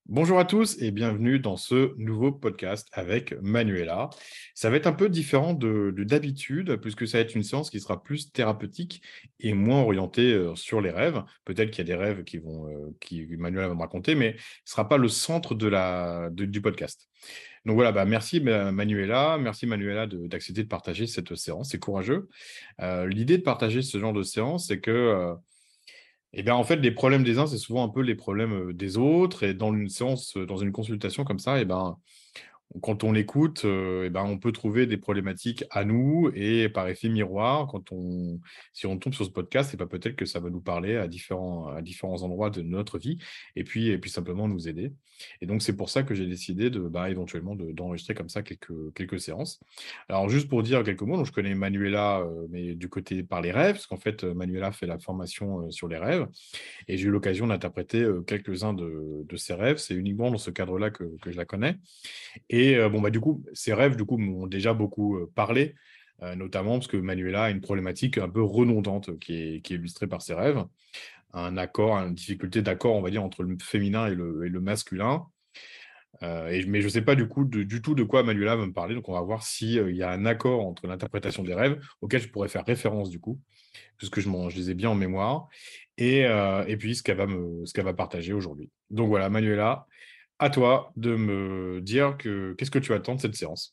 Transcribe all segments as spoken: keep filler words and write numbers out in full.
Bonjour à tous et bienvenue dans ce nouveau podcast avec Manuela. Ça va être un peu différent de, de d'habitude puisque ça va être une séance qui sera plus thérapeutique et moins orientée euh, sur les rêves. Peut-être qu'il y a des rêves qui vont, euh, qui Manuela va me raconter, mais ce sera pas le centre de la, de- du podcast. Donc voilà, bah merci Ma- Manuela, merci Manuela de- d'accepter de partager cette séance. C'est courageux. Euh, l'idée de partager ce genre de séance, c'est que euh, eh bien, en fait, les problèmes des uns, c'est souvent un peu les problèmes euh, des autres. Et dans une séance, euh, dans une consultation comme ça, eh ben, quand on l'écoute, heu et ben, on peut trouver des problématiques à nous et par effet miroir, quand on si on tombe sur ce podcast et ben, peut-être que ça va nous parler à différents à différents endroits de notre vie et puis et puis simplement nous aider et donc c'est pour ça que j'ai décidé de, bah, éventuellement de d'enregistrer comme ça quelques quelques séances. Alors juste pour dire quelques mots, donc je connais Manuela, heu, mais du côté par les rêves, parce qu'en fait, heu, Manuela fait la formation, heu, sur les rêves et j'ai eu l'occasion d'interpréter, heu, quelques-uns de de ses rêves. C'est uniquement dans ce cadre-là que que je la connais et heu, bon, bah, du coup, ces rêves, du coup, m'ont déjà beaucoup, heu, parlé, heu, notamment parce que Manuela a une problématique un peu redondante qui est qui est illustrée par ses rêves. Un accord, une difficulté d'accord, on va dire, entre le féminin et le et le masculin, heu et mais je ne sais pas du coup de du tout de quoi Manuela va me parler, donc on va voir si, heu, il y a un accord entre l'interprétation des rêves, auquel je pourrais faire référence du coup, puisque je m'en je les ai bien en mémoire et heu et puis ce qu'elle va me ce qu'elle va partager aujourd'hui. Donc voilà, Manuela, à toi de me dire que qu'est-ce que tu attends de cette séance?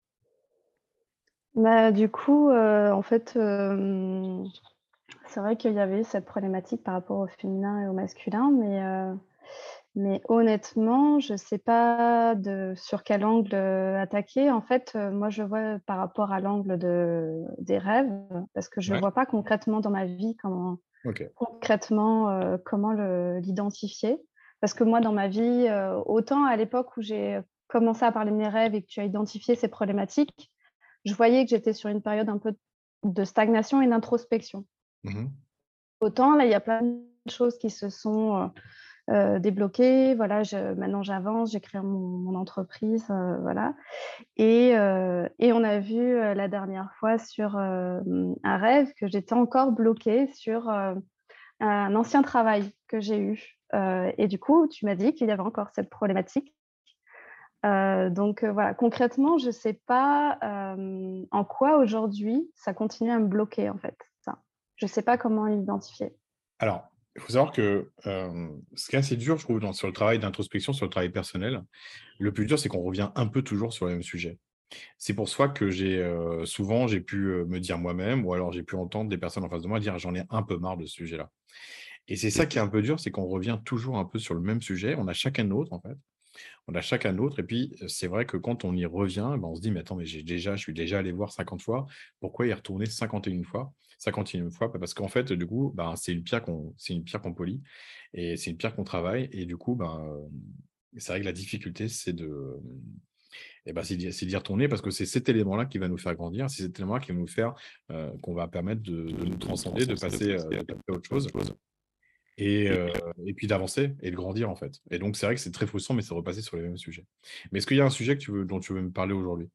Bah, du coup, heu, en fait, hem, c'est vrai qu'il y avait cette problématique par rapport au féminin et au masculin, mais heu, mais honnêtement, je sais pas de sur quel angle, heu, attaquer. En fait, heu, moi, je vois par rapport à l'angle de des rêves, parce que je Ouais, vois pas concrètement dans ma vie comment OK. concrètement, heu, comment le l'identifier. Parce que moi, dans ma vie, heu, autant à l'époque où j'ai commencé à parler de mes rêves et que tu as identifié ces problématiques, je voyais que j'étais sur une période un peu de stagnation et d'introspection. Mmh. Autant là, il y a plein de choses qui se sont, heu heu, débloquées. Voilà, je maintenant j'avance, j'ai créé mon mon entreprise, heu, voilà et heu et on a vu, heu, la dernière fois sur, hem, un rêve que j'étais encore bloquée sur, heu, un ancien travail que j'ai eu, heu et du coup, tu m'as dit qu'il y avait encore cette problématique. Heu, donc heu, voilà, concrètement, je sais pas, hem, en quoi aujourd'hui ça continue à me bloquer, en fait, ça. Je sais pas comment l'identifier. Alors, il faut savoir que, hem, ce qui est assez dur, je trouve, dans sur le travail d'introspection, sur le travail personnel, le plus dur, c'est qu'on revient un peu toujours sur les mêmes sujets. C'est pour ça que j'ai, heu, souvent, j'ai pu, heu, me dire moi-même ou alors j'ai pu entendre des personnes en face de moi dire: «J'en ai un peu marre de ce sujet-là» et c'est ça qui est un peu dur, c'est qu'on revient toujours un peu sur le même sujet. On a chacun nôtre, en fait. On a chacun nôtre et puis, heu, c'est vrai que quand on y revient, ben, on se dit: «Mais attends, mais j'ai déjà je suis déjà allé voir cinquante fois, pourquoi y retourner cinquante et une fois?» cinquante et une fois, bah, parce qu'en fait, du coup, ben, c'est une pierre qu'on c'est une pierre qu'on polit et c'est une pierre qu'on travaille et du coup, ben, hem, c'est vrai que la difficulté, c'est de, hem et ben, c'est d'y c'est d'y retourner parce que c'est cet élément-là qui va nous faire grandir, c'est cet élément-là qui va nous faire, heu, qu'on va permettre de de nous transcender, de passer, heu, de passer à autre chose. Et heu et puis d'avancer et de grandir, en fait. Et donc c'est vrai que c'est très frustrant, mais c'est repasser sur les mêmes sujets. Mais est-ce qu'il y a un sujet que tu veux dont tu veux me parler aujourd'hui?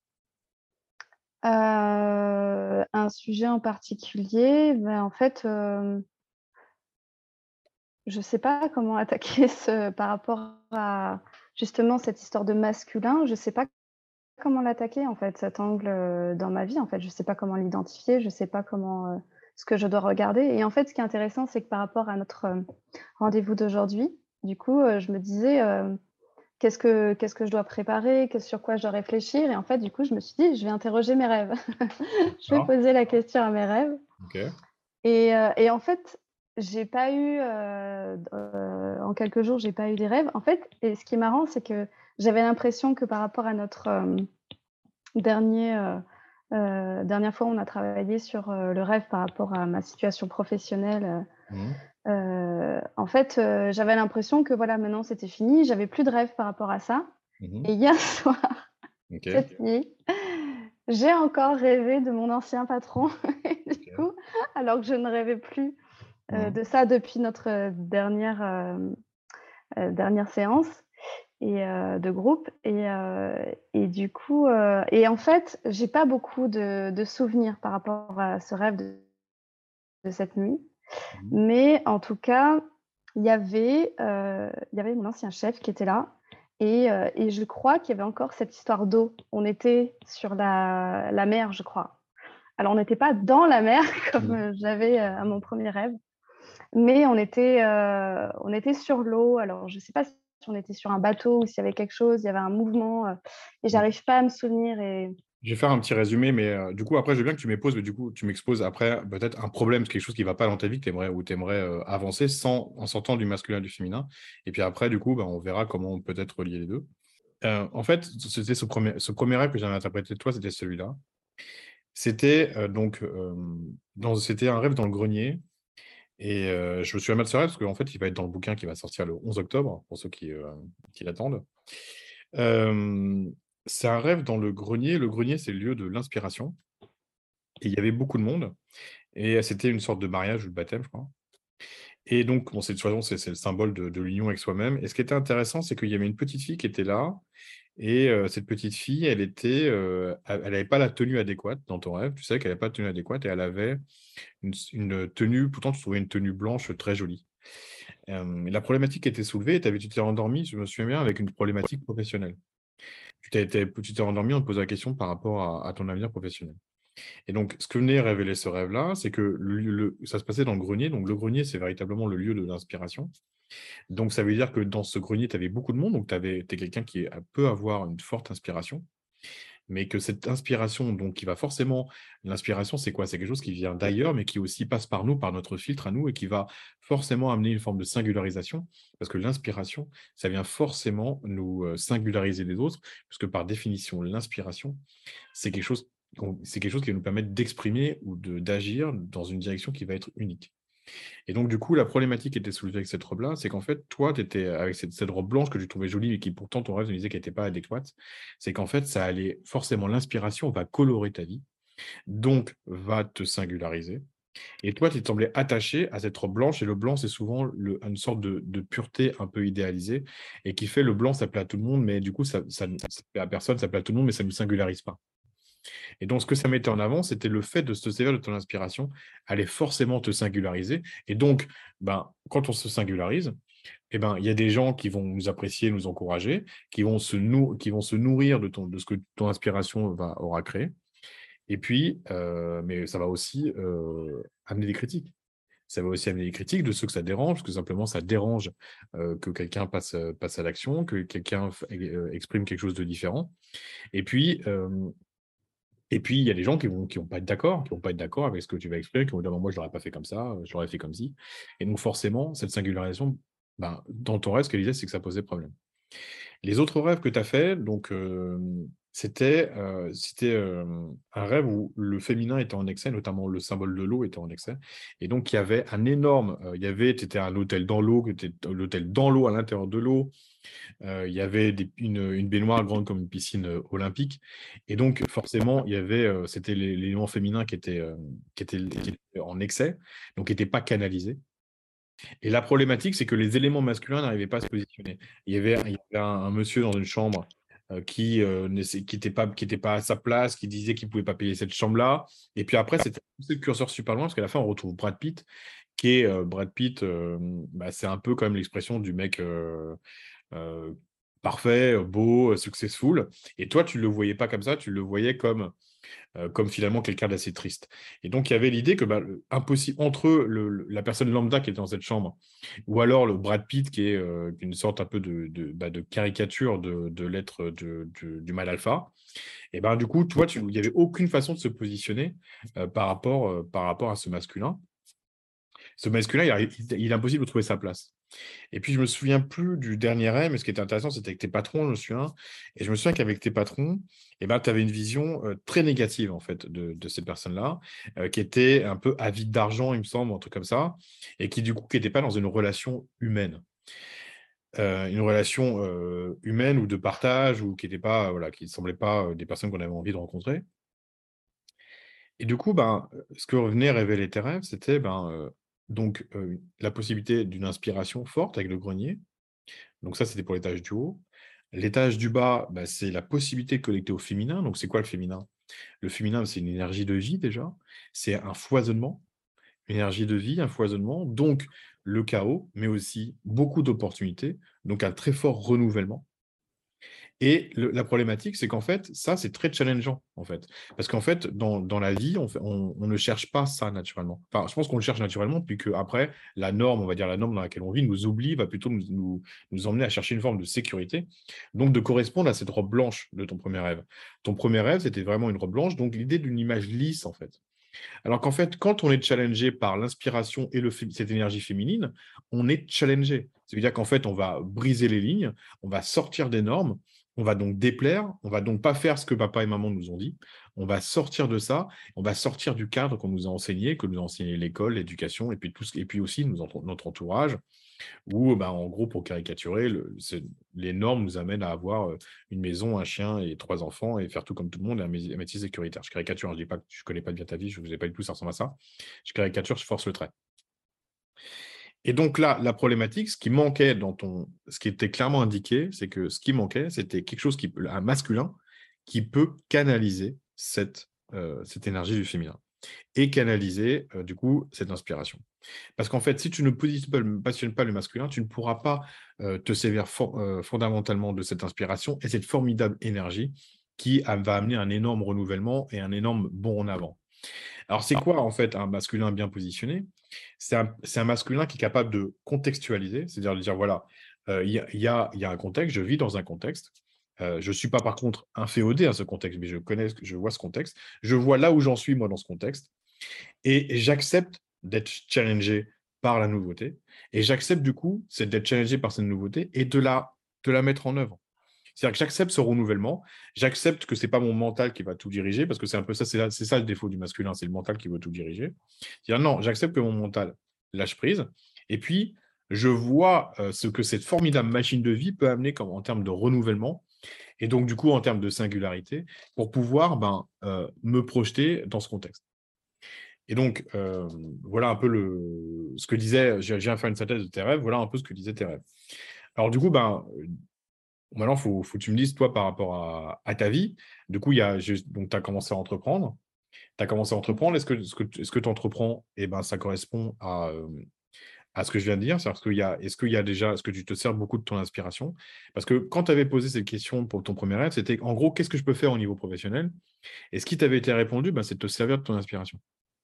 Heu, un sujet en particulier, ben, en fait, hem, je sais pas comment attaquer ce par rapport à justement cette histoire de masculin, je sais pas comment l'attaquer, en fait, cet angle, heu, dans ma vie, en fait. Je sais pas comment l'identifier, je sais pas comment, heu, ce que je dois regarder et en fait, ce qui est intéressant, c'est que par rapport à notre, hem, rendez-vous d'aujourd'hui, du coup, heu, je me disais, hem: «Qu'est-ce que qu'est-ce que je dois préparer? Qu'est sur quoi je dois réfléchir?» et en fait, du coup, je me suis dit: «Je vais interroger mes rêves». Je vais D'accord, poser la question à mes rêves OK. et heu et en fait, j'ai pas eu, heu, d heu, en quelques jours, j'ai pas eu des rêves. En fait et ce qui est marrant, c'est que j'avais l'impression que par rapport à notre, hem Dernier, heu heu, dernière fois, on a travaillé sur, heu, le rêve par rapport à ma situation professionnelle, Mmh mh. heu heu, en fait, heu, j'avais l'impression que voilà, maintenant c'était fini, j'avais plus de rêve par rapport à ça Mmh. et hier soir, OK, cette nuit, j'ai encore rêvé de mon ancien patron et du OK. coup, alors que je ne rêvais plus, heu, Mmh. de ça depuis notre, heu, dernière, hem, heu, dernière séance et heu, de groupe et heu et du coup, heu et en fait, j'ai pas beaucoup de de souvenirs par rapport à ce rêve de de cette nuit. Mmh. Mais en tout cas, il y avait, heu, il y avait mon ancien chef qui était là et heu et je crois qu'il y avait encore cette histoire d'eau. On était sur la la mer, je crois. Alors on n'était pas dans la mer comme, Mmh. heu, j'avais, heu, à mon premier rêve, mais on était, heu, on était sur l'eau. Alors je sais pas si on était sur un bateau ou s'il y avait quelque chose, il y avait un mouvement, heu et Mmh. j'arrive pas à me souvenir et Je vais faire un petit résumé, mais heu, du coup, après, je veux bien que tu m'époses, mais du coup, tu m'exposes après peut-être un problème, quelque chose qui va pas dans ta vie que tu aimerais ou tu aimerais, heu, avancer sans en sortant du masculin et du féminin et puis après, du coup, bah, on verra comment peut-être relier les deux. Heu, en fait, c'était ce premier ce premier rêve que j'avais interprété de toi, c'était celui-là. C'était, heu, donc, hem, dans c'était un rêve dans le grenier et heu, je me souviens mal de ce rêve parce qu'en fait, il va être dans le bouquin qui va sortir le onze octobre, pour ceux qui, heu, qui l'attendent. Hem, c'est un rêve dans le grenier. Le grenier, c'est le lieu de l'inspiration et il y avait beaucoup de monde et c'était une sorte de mariage ou de baptême, je crois et donc bon, c'est de toute façon, c'est c'est le symbole de de l'union avec soi-même et ce qui était intéressant, c'est qu'il y avait une petite fille qui était là et heu, cette petite fille, elle était, heu, elle elle avait pas la tenue adéquate dans ton rêve. Tu savais qu'elle avait pas de tenue adéquate et elle avait une s une tenue pourtant tu trouvais une tenue blanche très jolie. Hem, la problématique était soulevée et tu avais tu t'es endormi, je me souviens bien, avec une problématique professionnelle. Tu t'es tu tu t'es endormi en te posant la question par rapport à à ton avenir professionnel. Et donc, ce que venait révéler ce rêve-là, c'est que le le ça se passait dans le grenier. Donc, le grenier, c'est véritablement le lieu de l'inspiration. Donc, ça veut dire que dans ce grenier, tu avais beaucoup de monde. Donc, tu avais tu es quelqu'un qui a peut avoir une forte inspiration, mais que cette inspiration, donc, qui va forcément l'inspiration, c'est quoi? C'est quelque chose qui vient d'ailleurs, mais qui aussi passe par nous, par notre filtre à nous et qui va forcément amener une forme de singularisation. Parce que l'inspiration, ça vient forcément nous, heu, singulariser des autres, puisque par définition, l'inspiration, c'est quelque chose qu'on c'est quelque chose qui va nous permettre d'exprimer ou de d'agir dans une direction qui va être unique. Et donc du coup, la problématique qui était soulevée avec cette robe-là, c'est qu'en fait, toi, tu étais avec cette cette robe blanche que tu trouvais jolie, mais qui pourtant ton rêve te disait qu'elle était pas adéquate. C'est qu'en fait, ça allait forcément l'inspiration va colorer ta vie, donc va te singulariser. Et toi, tu te semblais attaché à cette robe blanche et le blanc, c'est souvent le une sorte de de pureté un peu idéalisée et qui fait le blanc, ça plaît à tout le monde, mais du coup, ça ça ne ça plaît à personne, ça plaît à tout le monde, mais ça ne nous singularise pas. Et donc, ce que ça mettait en avant, c'était le fait de se servir de ton inspiration allait forcément te singulariser. Et donc, ben, quand on se singularise, eh ben, il y a des gens qui vont nous apprécier, nous encourager, qui vont se, nou- qui vont se nourrir de, ton, de ce que ton inspiration va, aura créé. Et puis, euh, mais ça va aussi euh, amener des critiques. Ça va aussi amener des critiques de ceux que ça dérange, parce que simplement ça dérange euh, que quelqu'un passe, euh, passe à l'action, que quelqu'un f- euh, exprime quelque chose de différent. Et puis, euh, et puis, il y a des gens qui vont qui vont pas être d'accord, qui vont pas être d'accord avec ce que tu vas exprimer, qui vont dire: «Bah, moi, je l'aurais pas fait comme ça, heu, je l'aurais fait comme ci» et donc forcément, cette singularisation, ben, dans ton rêve, ce qu'elle disait, c'est que ça posait problème. Les autres rêves que tu as fait, donc hem, c'était, heu, c'était, hem, un rêve où le féminin était en excès, notamment le symbole de l'eau était en excès et donc il y avait un énorme, heu, il y avait tu étais à un hôtel dans l'eau, que tu l'hôtel dans l'eau, à l'intérieur de l'eau. Heu, il y avait des une, une baignoire grande comme une piscine, heu, olympique et donc forcément, il y avait, heu, c'était l'é l'élément féminin qui était, hem, qui était qui était en excès, donc qui était pas canalisé et la problématique, c'est que les éléments masculins n'arrivaient pas à se positionner. Il y avait il y avait un un monsieur dans une chambre, heu, qui, heu, n'essa qui était pas qui était pas à sa place, qui disait qu'il pouvait pas payer cette chambre-là et puis après, c'était pousser le curseur super loin parce qu'à la fin, on retrouve Brad Pitt qui est, heu, Brad Pitt, hem, bah, c'est un peu quand même l'expression du mec, heu heu, parfait, heu, beau, heu, successful et toi, tu le voyais pas comme ça, tu le voyais comme, heu, comme finalement quelqu'un d'assez triste et donc il y avait l'idée que, bah, le impossible entre le le la personne lambda qui était dans cette chambre ou alors le Brad Pitt qui est, heu, une sorte un peu de de, bah, de caricature de de l'être, de de du mâle alpha et ben, du coup, toi, tu il y avait aucune façon de se positionner, heu, par rapport, heu, par rapport à ce masculin. Ce masculin, il arri il est impossible de trouver sa place. Et puis je me souviens plus du dernier rêve, mais ce qui était intéressant, c'était avec tes patrons, je me souviens et je me souviens qu'avec tes patrons et ben, tu avais une vision, heu, très négative en fait de de ces personnes-là, heu, qui étaient un peu avides d'argent, il me semble, un truc comme ça et qui du coup, qui étaient pas dans une relation humaine. Heu, une relation, heu, humaine ou de partage ou qui était pas, voilà, qui ne semblaient pas, heu, des personnes qu'on avait envie de rencontrer et du coup, ben, heu, ce que venaient révéler tes rêves, c'était, ben, heu, donc, heu, la possibilité d'une inspiration forte avec le grenier. Donc ça, c'était pour l'étage du haut. L'étage du bas, bah, c'est la possibilité de connecter au féminin. Donc c'est quoi le féminin? Le féminin, c'est une énergie de vie déjà, c'est un foisonnement énergie de vie, un foisonnement, donc le chaos, mais aussi beaucoup d'opportunités, donc un très fort renouvellement. Et le la problématique, c'est qu'en fait, ça, c'est très challengeant, en fait. Parce qu'en fait, dans dans la vie, on fait on on ne cherche pas ça naturellement. Enfin, je pense qu'on le cherche naturellement, puis qu'après, la norme, on va dire la norme dans laquelle on vit, nous oublie, va plutôt nous nous nous emmener à chercher une forme de sécurité, donc de correspondre à cette robe blanche de ton premier rêve. Ton premier rêve, c'était vraiment une robe blanche, donc l'idée d'une image lisse, en fait. Alors qu'en fait, quand on est challengé par l'inspiration et le fé cette énergie féminine, on est challengé. Ça veut dire qu'en fait, on va briser les lignes, on va sortir des normes, on va donc déplaire, on va donc pas faire ce que papa et maman nous ont dit. On va sortir de ça, on va sortir du cadre qu'on nous a enseigné, que nous a enseigné l'école, l'éducation et puis tout ce et puis aussi nous entour notre entourage où, bah, en gros, pour caricaturer, le c'est les normes nous amènent à avoir, heu, une maison, un chien et trois enfants et faire tout comme tout le monde et un mé un métier sécuritaire. Je caricature, hein, je dis pas que je connais pas bien ta vie, je ne sais pas du tout, ça ressemble à ça. Je caricature, je force le trait. Et donc là, la problématique, ce qui manquait dans ton ce qui était clairement indiqué, c'est que ce qui manquait, c'était quelque chose qui peut un masculin qui peut canaliser cette, heu, cette énergie du féminin et canaliser, heu, du coup, cette inspiration. Parce qu'en fait, si tu ne positionnes pas le passionnes pas le masculin, tu ne pourras pas, heu, te servir for heu, fondamentalement de cette inspiration et cette formidable énergie qui a va amener un énorme renouvellement et un énorme bond en avant. Alors, c'est quoi, en fait, un masculin bien positionné? C'est un c'est un masculin qui est capable de contextualiser, c'est-à-dire de dire: «Voilà, heu, il y a il y a il y a un contexte, je vis dans un contexte, heu, je ne suis pas par contre inféodé à ce contexte, mais je connais ce je vois ce contexte, je vois là où j'en suis moi dans ce contexte et j'accepte d'être challengé par la nouveauté et j'accepte du coup, c'est d'être challengé par cette nouveauté et de la de la mettre en œuvre. C'est-à-dire que j'accepte ce renouvellement, j'accepte que c'est pas mon mental qui va tout diriger parce que c'est un peu ça, c'est la c'est ça le défaut du masculin, c'est le mental qui veut tout diriger. C'est-à-dire non, j'accepte que mon mental lâche prise et puis je vois, heu, ce que cette formidable machine de vie peut amener comme en termes de renouvellement et donc du coup en termes de singularité pour pouvoir, ben, heu, me projeter dans ce contexte. Et donc, hem, voilà un peu le ce que disait je viens faire une synthèse de tes rêves, voilà un peu ce que disaient tes rêves. Alors du coup, ben, heu, maintenant, il faut faut que tu me dises, toi, par rapport à à ta vie, du coup, il y a je donc tu as commencé à entreprendre. Tu as commencé à entreprendre. Est-ce que ce que ce que tu entreprends et ben, ça correspond à, hem, à ce que je viens de dire? C'est-à-dire, ce qu'il y a est-ce qu'il y a déjà est-ce que tu te sers beaucoup de ton inspiration? Parce que quand tu avais posé cette question pour ton premier rêve, c'était en gros: «Qu'est-ce que je peux faire au niveau professionnel?» et ce qui t'avait été répondu, ben, c'est de te servir de ton inspiration.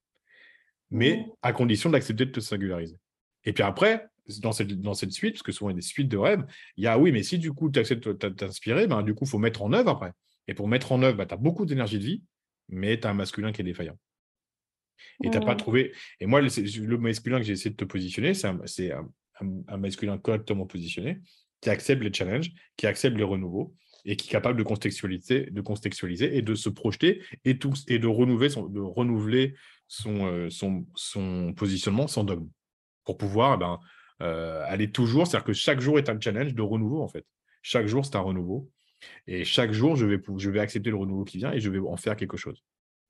Mmh. Mais à condition d'accepter de te singulariser. Et puis après, dans cette dans cette suite, parce que souvent il y a des suites de rêves, il y a oui, mais si du coup tu acceptes de t'inspirer, ben, du coup, il faut mettre en œuvre après. Et pour mettre en œuvre, bah, tu as beaucoup d'énergie de vie, mais tu as un masculin qui est défaillant. Et tu as pas Mmh. trouvé et moi, le c'est le masculin que j'ai essayé de te positionner, c'est un c'est un un un masculin correctement positionné, qui accepte les challenges, qui accepte les renouveaux et qui est capable de contextualiser de contextualiser et de se projeter et tout et de renouveler son de renouveler son, heu, son son positionnement sans dogme. Pour pouvoir, eh ben, heu, aller toujours c'est-à-dire que chaque jour est un challenge de renouveau, en fait. Chaque jour, c'est un renouveau et chaque jour, je vais pou je vais accepter le renouveau qui vient et je vais en faire quelque chose.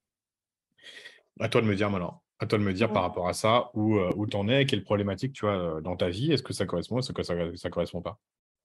À toi de me dire maintenant. À toi de me dire par Mmh. rapport à ça où, heu, où tu en es, quelles problématiques tu as, heu, dans ta vie. Est-ce que ça correspond? Est-ce que ça ça correspond pas?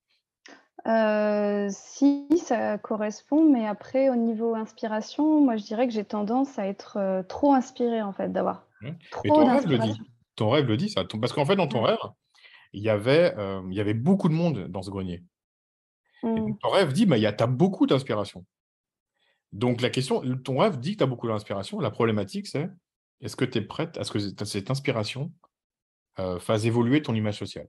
Heu, si, ça correspond, mais après au niveau inspiration, moi je dirais que j'ai tendance à être, heu, trop inspirée en fait, d'avoir Mmh. Mais trop ton rêve le dit. d'inspiration. Ton rêve le dit ça. Ton parce qu'en fait, dans ton Ouais. rêve, il y avait, hem, il y avait beaucoup de monde dans ce grenier et Mmh. donc ton rêve dit, bah, il y a tu as beaucoup d'inspiration. Donc la question l ton rêve dit que tu as beaucoup d'inspiration. La problématique, c'est, est-ce que tu es prête à ce que cette cette inspiration, heu, fasse évoluer ton image sociale?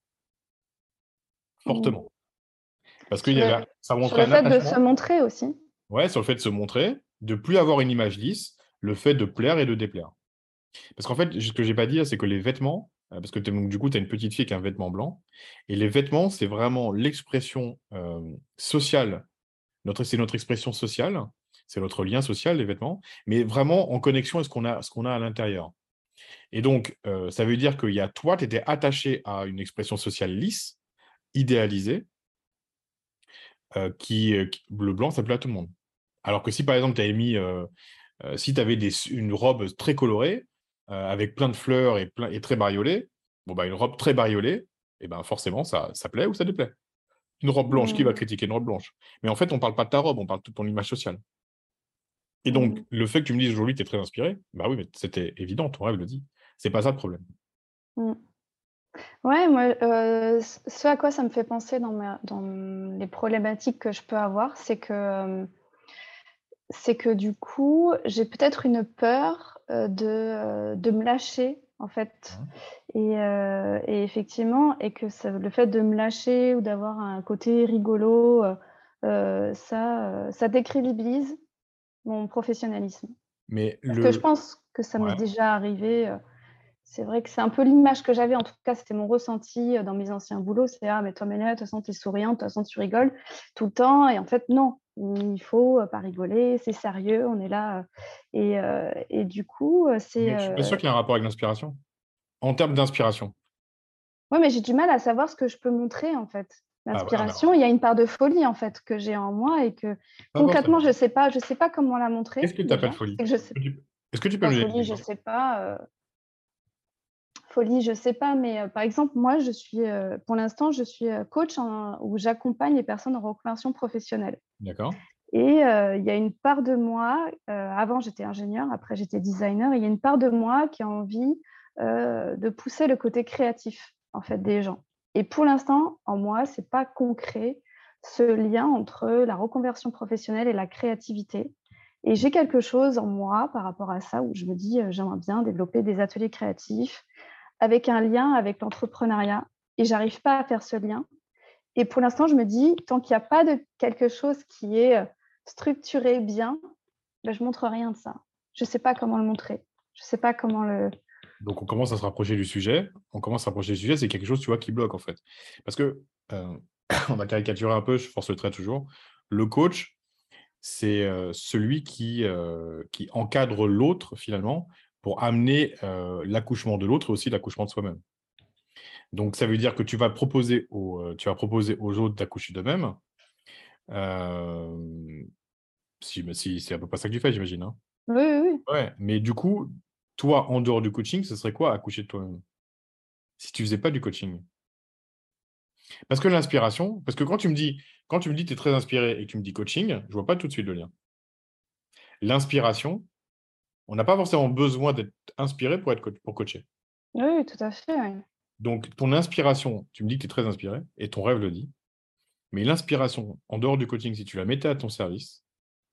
Mmh. Fortement. Parce qu'il Sur y le avait ça sur montrait le un fait de se attachement montrer aussi. ouais, sur le fait de se montrer, de plus avoir une image lisse, le fait de plaire et de déplaire. Parce qu'en fait, ce que j'ai pas dit, c'est que les vêtements, heu, parce que tu donc du coup, tu as une petite fille qui a un vêtement blanc et les vêtements, c'est vraiment l'expression, hem, sociale. Notre c'est notre expression sociale, c'est notre lien social, les vêtements, mais vraiment en connexion avec ce qu'on a ce qu'on a à l'intérieur. Et donc, heu, ça veut dire qu'il y a toi, tu étais attaché à une expression sociale lisse, idéalisée, heu, qui, heu, qui le blanc, ça plaît à tout le monde. Alors que si, par exemple, tu avais mis, heu heu, si tu avais des une robe très colorée, heu, avec plein de fleurs et plein et très bariolée, bon, bah, une robe très bariolée et ben, forcément, ça ça plaît ou ça déplaît. Une robe blanche, qui va Mmh. critiquer une robe blanche? Mais en fait, on parle pas de ta robe, on parle de ton image sociale. Et donc, Mmh. le fait que tu me dises aujourd'hui, tu es très inspiré, bah oui, mais c'était évident, ton rêve le dit. C'est pas ça le problème. Mmh. Ouais, moi, heu, ce ce à quoi ça me fait penser dans ma dans les problématiques que je peux avoir, c'est que, hem, c'est que du coup, j'ai peut-être une peur, heu, de, heu, de me lâcher, en fait Mmh. et heu et effectivement et que ça le fait de me lâcher ou d'avoir un côté rigolo, heu heu, ça, heu, ça décrédibilise mon professionnalisme. Mais Parce que je le pense que ça m'est ouais, déjà arrivé, heu c'est vrai que c'est un peu l'image que j'avais, en tout cas, c'était mon ressenti, heu, dans mes anciens boulots. C'est: «Ah mais toi Manuela, de toute façon, tu es souriante, de toute façon, tu rigoles tout le temps» et en fait, non, il faut, heu, pas rigoler, c'est sérieux, on est là, heu et heu et du coup, heu, c'est, mais je suis pas sûr heu qu'il y ait un rapport avec l'inspiration. En termes d'inspiration. ouais, mais j'ai du mal à savoir ce que je peux montrer, en fait. Bah, voilà, mais L'inspiration, il y a une part de folie, en fait, que j'ai en moi et que pas concrètement, forcément. je sais pas je sais pas comment la Qu'est-ce montrer, que tu appelles déjà. folie? C'est que je sais Est-ce que tu est-ce que tu peux bah, me donner des folie, je exemples? sais pas, heu folie, je sais pas, mais heu, par exemple, moi, je suis, heu, pour l'instant, je suis, heu, coach en où j'accompagne les personnes en reconversion professionnelle D'accord. et heu, il y a une part de moi, heu, avant j'étais ingénieure, après j'étais designer et il y a une part de moi qui a envie, heu, de pousser le côté créatif, en fait, des gens et pour l'instant, en moi, c'est pas concret, ce lien entre la reconversion professionnelle et la créativité et j'ai quelque chose en moi par rapport à ça où je me dis, heu: «J'aimerais bien développer des ateliers créatifs, avec un lien avec l'entrepreneuriat et j'arrive pas à faire ce lien et pour l'instant, je me dis: «Tant qu'il y a pas de quelque chose qui est, heu, structuré bien, bah, je montre rien de ça». Je sais pas comment le montrer. Je sais pas comment le Donc on commence à se rapprocher du sujet. On commence à se rapprocher du sujet, c'est quelque chose, tu vois, qui bloque, en fait. Parce que, heu, on va caricaturer un peu, je force le trait toujours. Le coach, c'est, heu, celui qui, heu, qui encadre l'autre, finalement, pour amener, heu, l'accouchement de l'autre et aussi l'accouchement de soi-même. Donc ça veut dire que tu vas proposer aux, heu, tu vas proposer aux autres d'accoucher d'eux-mêmes. Hem, si bah, si c'est à peu près ça que tu fais, j'imagine, hein? oui, oui, oui. Ouais, mais du coup, toi, en dehors du coaching, ce serait quoi accoucher de toi-même? Si tu faisais pas du coaching? Parce que l'inspiration parce que quand tu me dis quand tu me dis: «Tu es très inspiré» et que tu me dis coaching, je vois pas tout de suite le lien. L'inspiration, on n'a pas forcément besoin d'être inspiré pour être coach pour coacher. Oui, oui, tout à fait, oui. Donc ton inspiration, tu me dis que tu es très inspiré et ton rêve le dit, mais l'inspiration, en dehors du coaching, si tu la mettais à ton service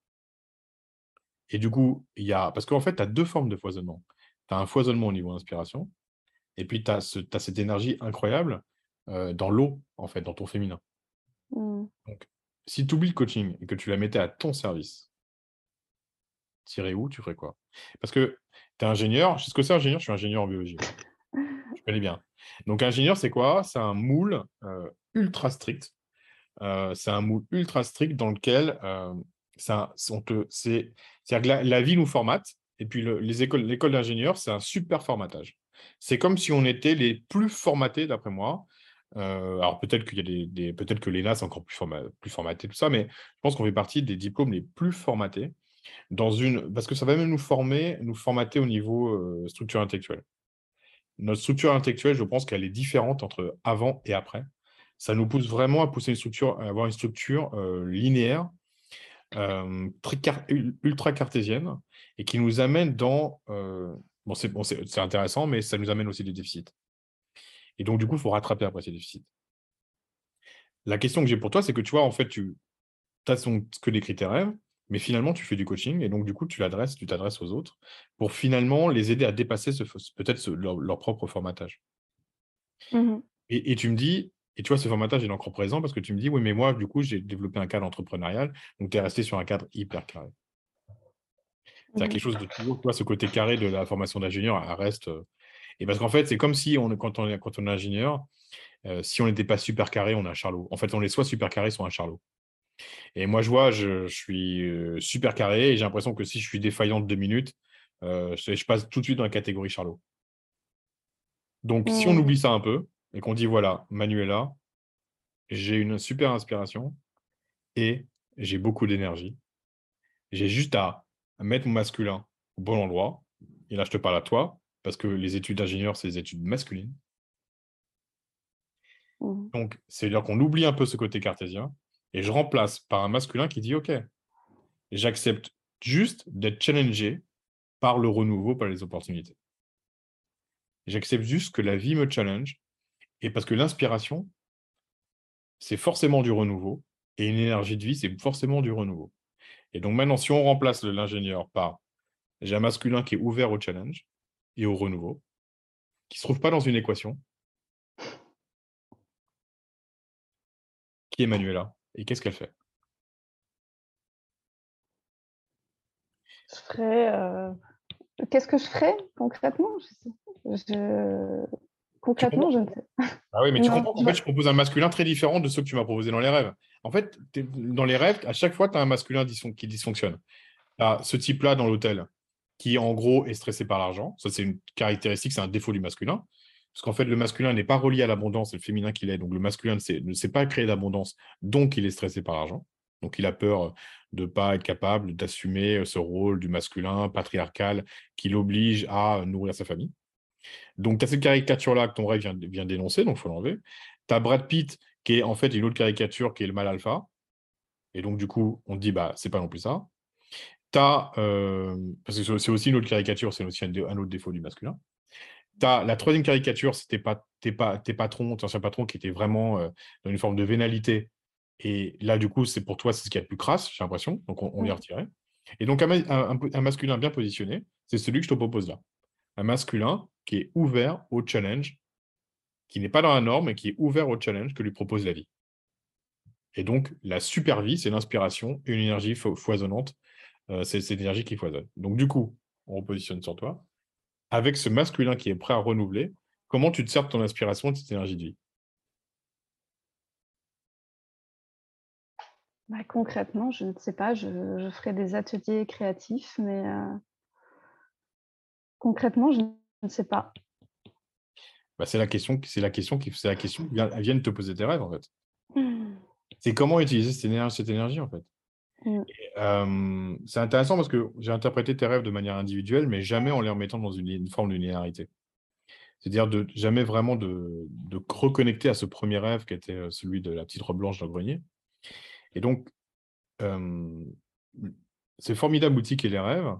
et du coup, il y a parce qu'en fait, tu as deux formes de foisonnement. Tu as un foisonnement au niveau inspiration et puis tu as ce tu as cette énergie incroyable, heu, dans l'eau, en fait, dans ton féminin. Mmh. Donc si tu oublies le coaching et que tu la mettais à ton service, tu irais où? Tu ferais quoi? Parce que tu es ingénieur, je sais ce que c'est ingénieur, je suis ingénieur en biologie. Je connais bien. Donc ingénieur, c'est quoi? C'est un moule, heu, ultra strict. Heu, c'est un moule ultra strict dans lequel, hem, ça on te c'est c'est-à-dire que la la vie nous formate et puis le les écoles l'école d'ingénieurs, c'est un super formatage. C'est comme si on était les plus formatés d'après moi. Heu, alors peut-être qu'il y a des des peut-être que l'E N A, c'est encore plus forma plus formaté tout ça, mais je pense qu'on fait partie des diplômes les plus formatés dans une parce que ça va même nous former nous formater au niveau, heu, structure intellectuelle. Notre structure intellectuelle, je pense qu'elle est différente entre avant et après. Ça nous pousse vraiment à pousser une structure à avoir une structure, heu, linéaire, hem, très car ul ultra cartésienne et qui nous amène dans, heu, bon c'est bon c'est c'est intéressant, mais ça nous amène aussi des déficits et donc du coup, il faut rattraper après ces déficits. La question que j'ai pour toi, c'est que tu vois, en fait, tu as son ce que décrit tes rêves, mais finalement, tu fais du coaching et donc du coup, tu l'adresses tu t'adresses aux autres pour finalement les aider à dépasser ce f peut-être ce leur leur propre formatage. Mmh mh. Et et tu me dis et tu vois, ce formatage, il est encore présent parce que tu me dis: «Oui, mais moi, du coup, j'ai développé un cadre entrepreneurial», donc tu es resté sur un cadre hyper carré. C'est-à-dire quelque Mmh. chose de toujours, tu vois, ce côté carré de la formation d'ingénieur, elle reste, heu et parce qu'en fait, c'est comme si on quand on est quand on est ingénieur, heu, si on n'était pas super carré, on est un charlot. En fait, on est soit super carré, soit un charlot et moi, je vois, je je suis, heu, super carré et j'ai l'impression que si je suis défaillant de deux minutes, heu, je je passe tout de suite dans la catégorie charlot. Donc si on Mmh. oublie ça un peu et qu'on dit: «Voilà, Manuela, j'ai une super inspiration et j'ai beaucoup d'énergie. J'ai juste à mettre mon masculin au bon endroit» et là, je te parle à toi, parce que les études d'ingénieur, c'est des études masculines. Mmh. Donc, c'est-à-dire qu'on oublie un peu ce côté cartésien et je remplace par un masculin qui dit: «OK, j'accepte juste d'être challengé par le renouveau, par les opportunités». J'accepte juste que la vie me challenge et parce que l'inspiration, c'est forcément du renouveau et une énergie de vie, c'est forcément du renouveau. Et donc maintenant, si on remplace le- l'ingénieur par j'ai un masculin qui est ouvert au challenge et au renouveau, qui ne se trouve pas dans une équation, qui est Manuela et qu'est-ce qu'elle fait? Je ferais, heu, qu'est-ce que je ferais concrètement? Je sais je Tu concrètement, comprends? je ne sais Ah oui, mais tu non, comprends qu'en je fait, je propose un masculin très différent de ceux que tu m'as proposés dans les rêves. En fait, t'es- dans les rêves, à chaque fois, tu as un masculin dysfon- qui dysfonctionne. Tu as ce type-là dans l'hôtel qui, en gros, est stressé par l'argent. Ça, c'est une caractéristique, c'est un défaut du masculin. Parce qu'en fait, le masculin n'est pas relié à l'abondance, c'est le féminin qui l'est. Donc, le masculin ne sait, ne sait pas créer d'abondance, donc il est stressé par l'argent. Donc, il a peur de ne pas être capable d'assumer ce rôle du masculin patriarcal qui l'oblige à nourrir sa famille. Donc, tu as cette caricature-là que ton rêve vient, vient d'énoncer, donc il faut l'enlever. Tu as Brad Pitt, qui est en fait une autre caricature, qui est le mal alpha. Et donc, du coup, on te dit, bah, c'est pas non plus ça. Tu as, euh, parce que c'est aussi une autre caricature, c'est aussi un, un autre défaut du masculin. Tu as la troisième caricature, c'était pas, tes, pas, tes patrons, tes anciens patrons qui étaient vraiment euh, dans une forme de vénalité. Et là, du coup, c'est pour toi, c'est ce qu'il y a de plus crasse, j'ai l'impression. Donc, on, on les mmh, retirait. Et donc, un, ma- un- un- un masculin bien positionné, c'est celui que je te propose là. Un masculin qui est ouvert au challenge, qui n'est pas dans la norme et qui est ouvert au challenge que lui propose la vie. Et donc, la super vie, c'est l'inspiration et une énergie fo- foisonnante. Euh, c'est cette énergie qui foisonne. Donc, du coup, on repositionne sur toi. Avec ce masculin qui est prêt à renouveler, comment tu te sers de ton inspiration et de cette énergie de vie? bah, concrètement, je ne sais pas, je je ferais des ateliers créatifs, mais heu, concrètement, je ne sais pas. Bah, c'est la question, c'est la question qui, c'est la question qui vient, viennent te poser tes rêves, en fait. Mmh. C'est comment utiliser cette énergie, cette énergie en fait. Mmh. Euh, c'est intéressant parce que j'ai interprété tes rêves de manière individuelle, mais jamais en les remettant dans une, une forme de linéarité. C'est-à-dire de jamais vraiment de, de reconnecter à ce premier rêve qui était euh, celui de la petite robe blanche dans le grenier. Et donc, euh, ces formidables outils qu'est les rêves,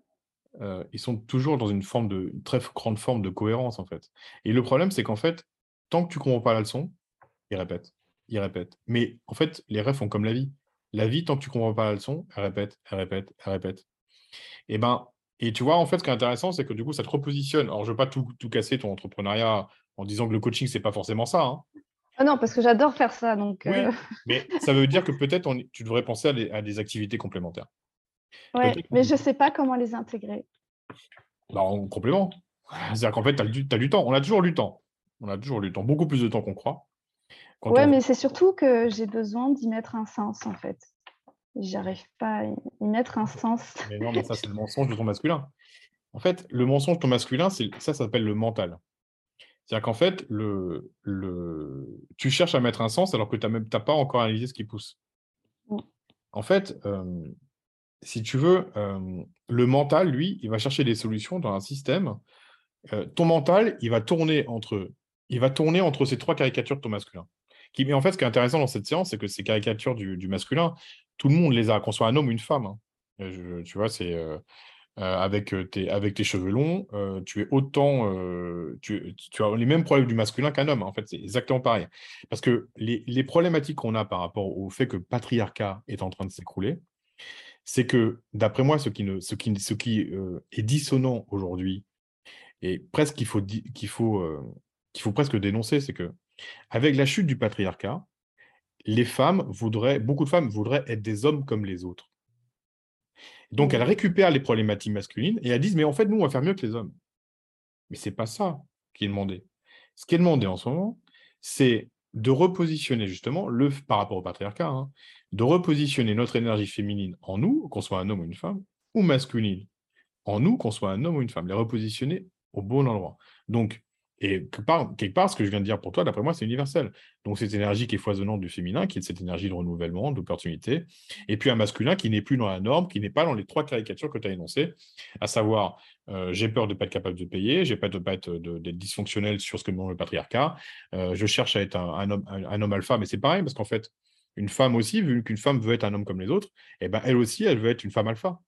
euh, ils sont toujours dans une forme de une très grande forme de cohérence en fait. Et le problème, c'est qu'en fait, tant que tu comprends pas la leçon, ils répètent, ils répètent. Mais en fait, les rêves font comme la vie. La vie, tant que tu comprends pas la leçon, elle répète, elle répète, elle répète. Et ben, et tu vois, en fait, ce qui est intéressant, c'est que du coup, ça te repositionne. Alors, je veux pas tout, tout casser ton entrepreneuriat en disant que le coaching, c'est pas forcément ça, hein. Ah non, parce que j'adore faire ça, donc heu, Oui, mais ça veut dire que peut-être on- tu devrais penser à des, à des activités complémentaires. ouais, Peut-être, mais je sais pas comment les intégrer. bah, en complément. C'est-à-dire qu'en fait, tu as du, t'as du temps. On a toujours du temps. On a toujours du temps, beaucoup plus de temps qu'on croit. Quand Ouais, on... mais c'est surtout que j'ai besoin d'y mettre un sens, en fait. J'arrive pas à y y mettre un sens. Mais non, mais ça, c'est le mensonge de ton masculin. En fait, le mensonge de ton masculin, c'est, ça, ça s'appelle le mental. C'est-à-dire qu'en fait, le, le... tu cherches à mettre un sens alors que tu n'as même t'as pas encore analysé ce qui pousse. Mmh, En fait, euh, si tu veux, euh, le mental, lui, il va chercher des solutions dans un système. Euh, ton mental, il va tourner entre, il va tourner entre ces trois caricatures de ton masculin. Qui, mais en fait, ce qui est intéressant dans cette séance, c'est que ces caricatures du, du masculin, tout le monde les a, qu'on soit un homme ou une femme, hein. Euh, je- tu vois, c'est euh, euh, avec, euh, tes, avec tes cheveux longs, euh, tu es autant, euh, tu, tu as les mêmes problèmes du masculin qu'un homme, hein. En fait, c'est exactement pareil. Parce que les, les problématiques qu'on a par rapport au fait que le patriarcat est en train de s'écrouler, c'est que, d'après moi, ce qui, ne, ce qui, ce qui euh, est dissonant aujourd'hui, et presque qu'il faut, di- qu'il faut, euh, qu'il faut presque dénoncer, c'est que avec la chute du patriarcat, les femmes voudraient, beaucoup de femmes voudraient être des hommes comme les autres. Donc, elles mmh. récupèrent les problématiques masculines et elles disent, mais en fait, nous, on va faire mieux que les hommes. Mais c'est pas ça qui est demandé. Ce qui est demandé en ce moment, c'est de repositionner justement, le, par rapport au patriarcat, hein, de repositionner notre énergie féminine en nous, qu'on soit un homme ou une femme, ou masculine en nous, qu'on soit un homme ou une femme, les repositionner au bon endroit. Donc, et quelque part, quelque part, ce que je viens de dire pour toi, d'après moi, c'est universel. Donc, cette énergie qui est foisonnante du féminin, qui est cette énergie de renouvellement, d'opportunité, et puis un masculin qui n'est plus dans la norme, qui n'est pas dans les trois caricatures que tu as énoncées, à savoir, euh, j'ai peur de ne pas être capable de payer, j'ai peur de ne pas être de- d'être dysfonctionnel sur ce que demande le patriarcat, euh, je cherche à être un, un homme, un, un homme alpha, mais c'est pareil, parce qu'en fait, une femme aussi, vu qu'une femme veut être un homme comme les autres, eh ben, elle aussi, elle veut être une femme alpha.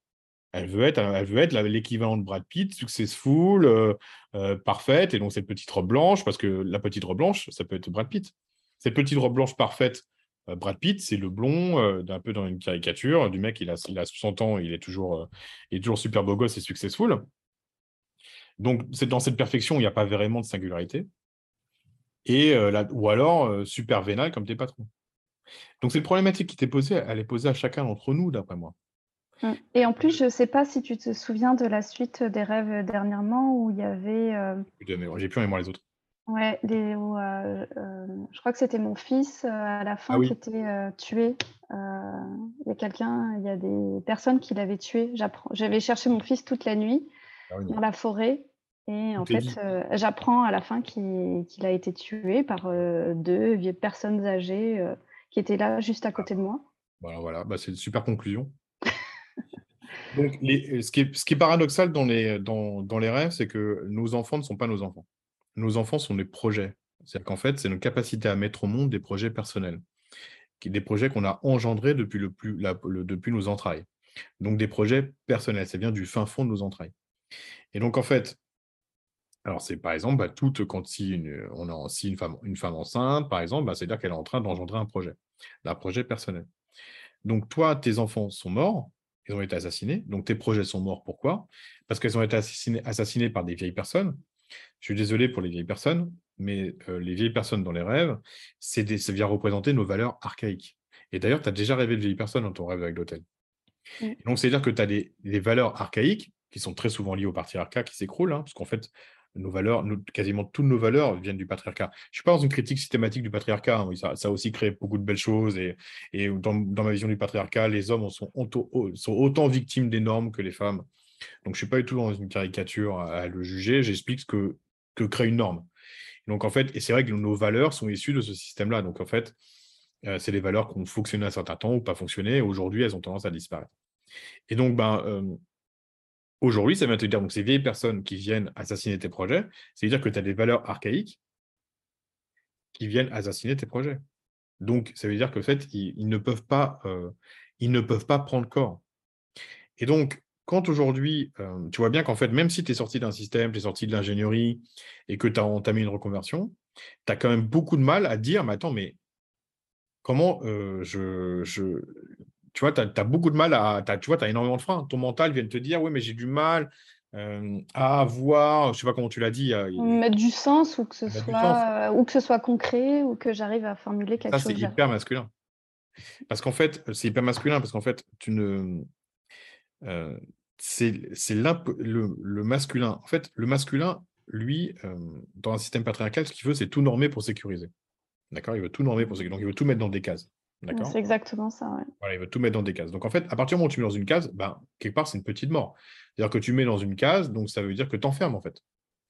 Elle veut être, elle veut être la- l'équivalent de Brad Pitt, successful, euh, euh, parfaite, et donc cette petite robe blanche, parce que la petite robe blanche, ça peut être Brad Pitt. Cette petite robe blanche parfaite, euh, Brad Pitt, c'est le blond, euh, d'un peu dans une caricature, du mec, il a, il a soixante ans, il est toujours, euh, il est toujours super beau gosse et successful. Donc, c'est dans cette perfection, il n'y a pas vraiment de singularité. Et, euh, la- ou alors, euh, super vénal comme tes patrons. Donc, cette problématique qui t'est posée, elle est posée à chacun d'entre nous, d'après moi. Mmh. Et en plus, je ne sais pas si tu te souviens de la suite des rêves euh, dernièrement où il y avait, euh, J'ai plus en mémoire les autres. ouais, des, où, euh, euh, je crois que c'était mon fils euh, à la Ah fin qui oui. était euh, tué. Euh, Il y a quelqu'un, il y a des personnes qui l'avaient tué. J'apprends, j'avais cherché mon fils toute la nuit Ah oui. dans la forêt et en Tout est fait, dit. euh, j'apprends à la fin qu'il qu'il a été tué par euh, deux vieilles personnes âgées euh, qui étaient là juste à Ah, côté de moi. voilà, voilà. Bah, c'est une super conclusion. Donc, les- ce qui est, ce qui est paradoxal dans les, dans, dans les rêves, c'est que nos enfants ne sont pas nos enfants. Nos enfants sont des projets. C'est-à-dire qu'en fait, c'est notre capacité à mettre au monde des projets personnels, qui- des projets qu'on a engendrés depuis, le plus, la- le- depuis nos entrailles. Donc, des projets personnels, ça vient du fin fond de nos entrailles. Et donc, en fait, alors c'est par exemple, bah, toute, quand si une, on a, si une femme, une femme enceinte, par exemple, bah, c'est-à-dire qu'elle est en train d'engendrer un projet, un projet personnel. Donc, toi, tes enfants sont morts, ils ont été assassinés. Donc, tes projets sont morts. Pourquoi? Parce qu'ils ont été assassinés, assassinés par des vieilles personnes. Je suis désolé pour les vieilles personnes, mais euh, les vieilles personnes dans les rêves, c'est des, ça vient représenter nos valeurs archaïques. Et d'ailleurs, tu as déjà rêvé de vieilles personnes dans ton rêve avec l'hôtel. Mm. Et donc, c'est-à-dire que tu as des, des valeurs archaïques qui sont très souvent liées au patriarcat qui s'écroule, hein, parce qu'en fait, nos valeurs, nos- quasiment toutes nos valeurs viennent du patriarcat. Je ne suis pas dans une critique systématique du patriarcat, hein, oui, ça, ça a aussi créé beaucoup de belles choses, et, et dans, dans ma vision du patriarcat, les hommes sont, auto- sont autant victimes des normes que les femmes. Donc, je ne suis pas du tout dans une caricature à, à le juger, j'explique ce que, que crée une norme. Donc, en fait, et c'est vrai que nos valeurs sont issues de ce système-là. Donc, en fait, euh, c'est des valeurs qui ont fonctionné un certain temps ou pas fonctionné. Aujourd'hui, elles ont tendance à disparaître. Et donc, ben, euh, aujourd'hui, ça vient te dire, donc ces vieilles personnes qui viennent assassiner tes projets, c'est-à-dire que tu as des valeurs archaïques qui viennent assassiner tes projets. Donc, ça veut dire qu'en fait, ils, ils ne peuvent pas, euh, ils ne peuvent pas prendre corps. Et donc, quand aujourd'hui, euh, tu vois bien qu'en fait, même si tu es sorti d'un système, tu es sorti de l'ingénierie et que tu as entamé une reconversion, tu as quand même beaucoup de mal à dire, mais attends, mais comment euh, je, je... Tu vois, tu as, beaucoup de mal à... t'as- tu vois, tu as énormément de freins. Ton mental vient de te dire, oui, mais j'ai du mal euh, à avoir, je sais pas comment tu l'as dit, à, Mettre du sens ou que ce à mettre du sens. soit, ou que ce soit concret ou que j'arrive à formuler quelque Ça, c'est chose. hyper masculin. Parce qu'en fait, c'est hyper masculin, parce qu'en fait, tu ne... euh, c'est c'est l'imp- le, le masculin. En fait, le masculin, lui, euh, dans un système patriarcal, ce qu'il veut, c'est tout normer pour sécuriser. D'accord? Il veut tout normer pour sécuriser. Donc, il veut tout mettre dans des cases. Ouais, D'accord? c'est exactement ça, ouais. Voilà, il veut tout mettre dans des cases. Donc, en fait, à partir du moment où tu mets dans une case, ben, quelque part, c'est une petite mort. C'est-à-dire que tu mets dans une case, donc ça veut dire que tu enfermes, en fait.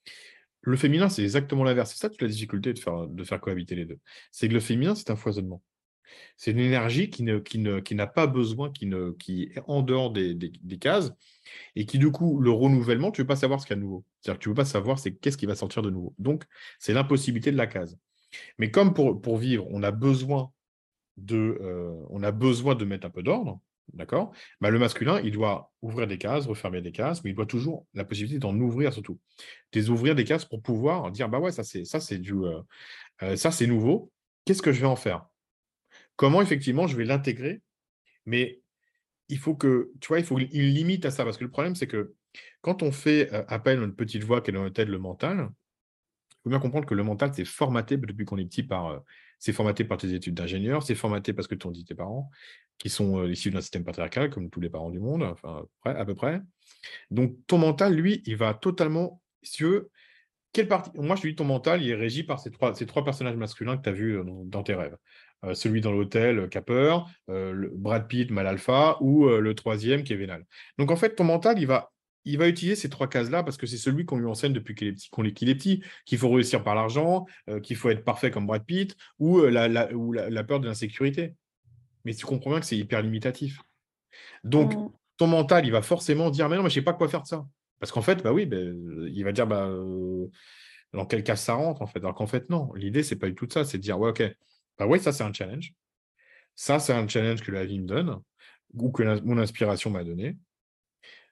Le féminin, c'est exactement l'inverse. C'est ça toute la difficulté de faire, de faire cohabiter les deux. C'est que le féminin, c'est un foisonnement. C'est une énergie qui ne, qui ne, qui n'a pas besoin, qui, ne, qui est en dehors des, des, des cases, et qui, du coup, le renouvellement, tu ne veux pas savoir ce qu'il y a de nouveau. C'est-à-dire que tu ne veux pas savoir c'est qu'est-ce qui va sortir de nouveau. Donc, c'est l'impossibilité de la case. Mais comme pour, pour vivre, on a besoin de, euh, on a besoin de mettre un peu d'ordre, d'accord? Bah, le masculin, il doit ouvrir des cases, refermer des cases, mais il doit toujours la possibilité d'en ouvrir surtout. Des ouvrir des cases pour pouvoir dire, bah ouais, ça c'est ça c'est du, euh, euh, ça c'est nouveau. Qu'est-ce que je vais en faire? Comment effectivement je vais l'intégrer? Mais il faut que, tu vois, il faut une limite à ça, parce que le problème c'est que quand on fait euh, appel à une petite voix qui est dans notre tête, le mental, il faut bien comprendre que le mental, c'est formaté depuis qu'on est petit par. euh, c'est formaté par tes études d'ingénieur, c'est formaté parce que t'ont dit tes parents, qui sont euh, issus d'un système patriarcal, comme tous les parents du monde, enfin, à peu près. à peu près. Donc, ton mental, lui, il va totalement. Si tu veux, quelle partie. Moi, je te dis, ton mental, il est régi par ces trois, ces trois personnages masculins que tu as vus euh, dans, dans tes rêves. Euh, celui dans l'hôtel, euh, qui a peur, euh, le Brad Pitt, mal alpha, ou euh, le troisième, qui est vénal. Donc, en fait, ton mental, il va, il va utiliser ces trois cases-là parce que c'est celui qu'on lui enseigne depuis qu'il est petit, qu'on est- qu'il est petit, qu'il faut réussir par l'argent, euh, qu'il faut être parfait comme Brad Pitt, ou, euh, la, la- ou la, la peur de l'insécurité. Mais tu comprends bien que c'est hyper limitatif. Donc, Mm. ton mental, il va forcément dire, mais non, mais je sais pas quoi faire de ça. Parce qu'en fait, bah oui, bah, euh, il va dire, bah, euh, dans quel cas ça rentre, en fait. Alors qu'en fait, non. L'idée, c'est pas du tout de ça. C'est de dire, ouais, OK, bah ouais, ça, c'est un challenge. Ça, c'est un challenge que la vie me donne, ou que la- mon inspiration m'a donné.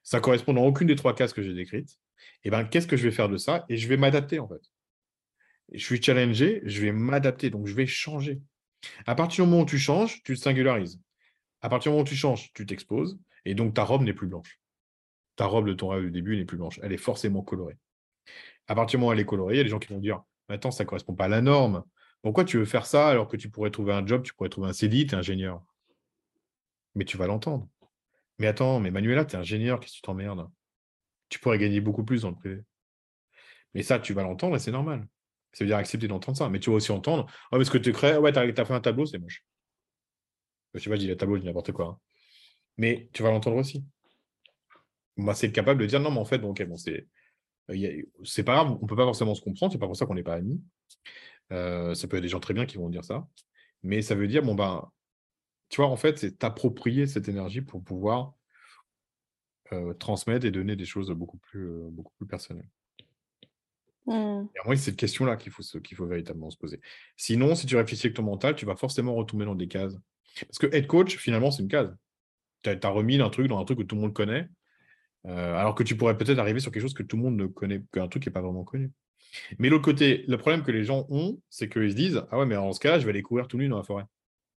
Ça correspond dans aucune des trois cases que j'ai décrites. Et ben, qu'est-ce que je vais faire de ça? Et je vais m'adapter, en fait. Et je suis challengé, je vais m'adapter, donc je vais changer. À partir du moment où tu changes, tu te singularises. À partir du moment où tu changes, tu t'exposes, et donc ta robe n'est plus blanche. Ta robe de ton rêve du début n'est plus blanche. Elle est forcément colorée. À partir du moment où elle est colorée, il y a des gens qui vont dire, mais attends, ça ne correspond pas à la norme. Pourquoi tu veux faire ça alors que tu pourrais trouver un job, tu pourrais trouver un C D I, tu es ingénieur? Mais tu vas l'entendre. Mais attends, mais Manuela, tu es ingénieur, qu'est-ce que tu t'emmerdes? Tu pourrais gagner beaucoup plus dans le privé. Mais ça, tu vas l'entendre et c'est normal. Ça veut dire accepter d'entendre ça. Mais tu vas aussi entendre, oh, parce que tu crées, ouais, tu as fait un tableau, c'est moche. Je sais pas, je dis le tableau, je dis n'importe quoi, hein. Mais tu vas l'entendre aussi. Moi, c'est capable de dire, non, mais en fait, bon, ok, bon, c'est euh, y a- c'est pas grave, on peut pas forcément se comprendre, c'est pas pour ça qu'on n'est pas amis. Euh, ça peut être des gens très bien qui vont dire ça. Mais ça veut dire, bon, ben, tu vois, en fait, c'est t'approprier cette énergie pour pouvoir euh, transmettre et donner des choses beaucoup plus, euh, beaucoup plus personnelles. Mmh. Et à moi, c'est cette question-là qu'il faut, se- qu'il faut véritablement se poser. Sinon, si tu réfléchis avec ton mental, tu vas forcément retomber dans des cases. Parce que être coach, finalement, c'est une case. Tu as, remis un truc dans un truc que tout le monde connaît, euh, alors que tu pourrais peut-être arriver sur quelque chose que tout le monde ne connaît, qu'un truc qui n'est pas vraiment connu. Mais l'autre côté, le problème que les gens ont, c'est qu'ils se disent, ah ouais, mais en ce cas-là, je vais aller courir tout nu dans la forêt.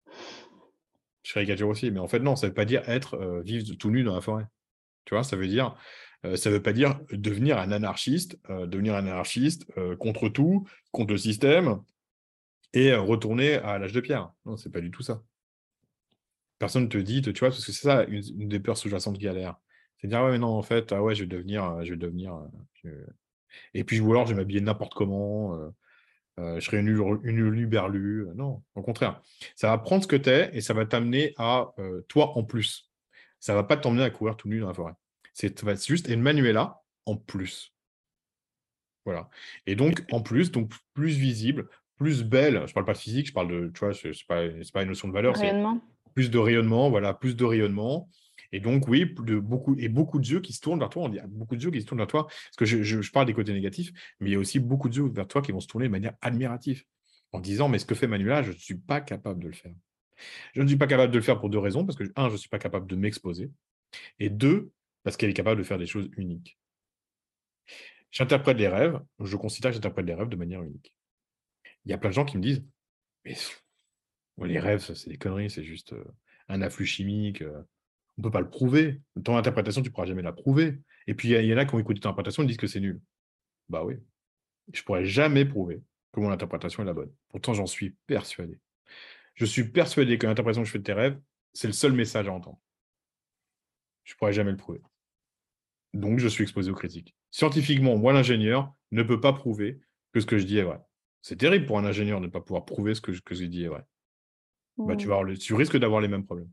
Je caricature aussi, mais en fait, non, ça ne veut pas dire être, euh, vivre tout nu dans la forêt. Tu vois, ça veut dire, euh, ça veut pas dire devenir un anarchiste, euh, devenir un anarchiste euh, contre tout, contre le système, et euh, retourner à l'âge de pierre. Non, c'est pas du tout ça. Personne ne te dit, tu vois, parce que c'est ça une, une des peurs sous-jacentes qu'il y a derrière. C'est de dire, ah ouais, mais non, en fait, ah ouais, je vais devenir, euh, je vais devenir. euh, je- Et puis, ou alors, je vais m'habiller n'importe comment, euh, euh, je serai une, ulu- une uluberlu. Euh, Non, au contraire. Ça va prendre ce que tu es et ça va t'amener à euh, toi en plus. Ça va pas t'emmener à courir tout nu dans la forêt. C'est ça va être juste une Manuela en plus. Voilà. Et donc, en plus, donc plus visible, plus belle. Je parle pas de physique, je parle de, tu vois, c'est c'est pas, c'est pas une notion de valeur, c'est Rayonnement. plus de rayonnement, voilà, plus de rayonnement. Et donc, oui, de beaucoup, et beaucoup de yeux qui se tournent vers toi. On dit ah, beaucoup de yeux qui se tournent vers toi. Parce que je, je- je parle des côtés négatifs, mais il y a aussi beaucoup de yeux vers toi qui vont se tourner de manière admirative. En disant, mais ce que fait Manuela, je ne suis pas capable de le faire. Je ne suis pas capable de le faire pour deux raisons. Parce que, un, je ne suis pas capable de m'exposer. Et deux, parce qu'elle est capable de faire des choses uniques. J'interprète les rêves, je considère que j'interprète les rêves de manière unique. Il y a plein de gens qui me disent, mais ouais, les rêves, ça, c'est des conneries, c'est juste euh, un afflux chimique. euh, On ne peut pas le prouver. Ton interprétation, tu ne pourras jamais la prouver. Et puis, il y, y en a qui ont écouté ton interprétation et disent que c'est nul. Bah oui, je ne pourrais jamais prouver que mon interprétation est la bonne. Pourtant, j'en suis persuadé. Je suis persuadé que l'interprétation que je fais de tes rêves, c'est le seul message à entendre. Je ne pourrais jamais le prouver. Donc, je suis exposé aux critiques. Scientifiquement, moi, l'ingénieur ne peut pas prouver que ce que je dis est vrai. C'est terrible pour un ingénieur de ne pas pouvoir prouver ce que, je- que je dis est vrai. Bah, tu, Mmh. vas avoir le- tu risques d'avoir les mêmes problèmes.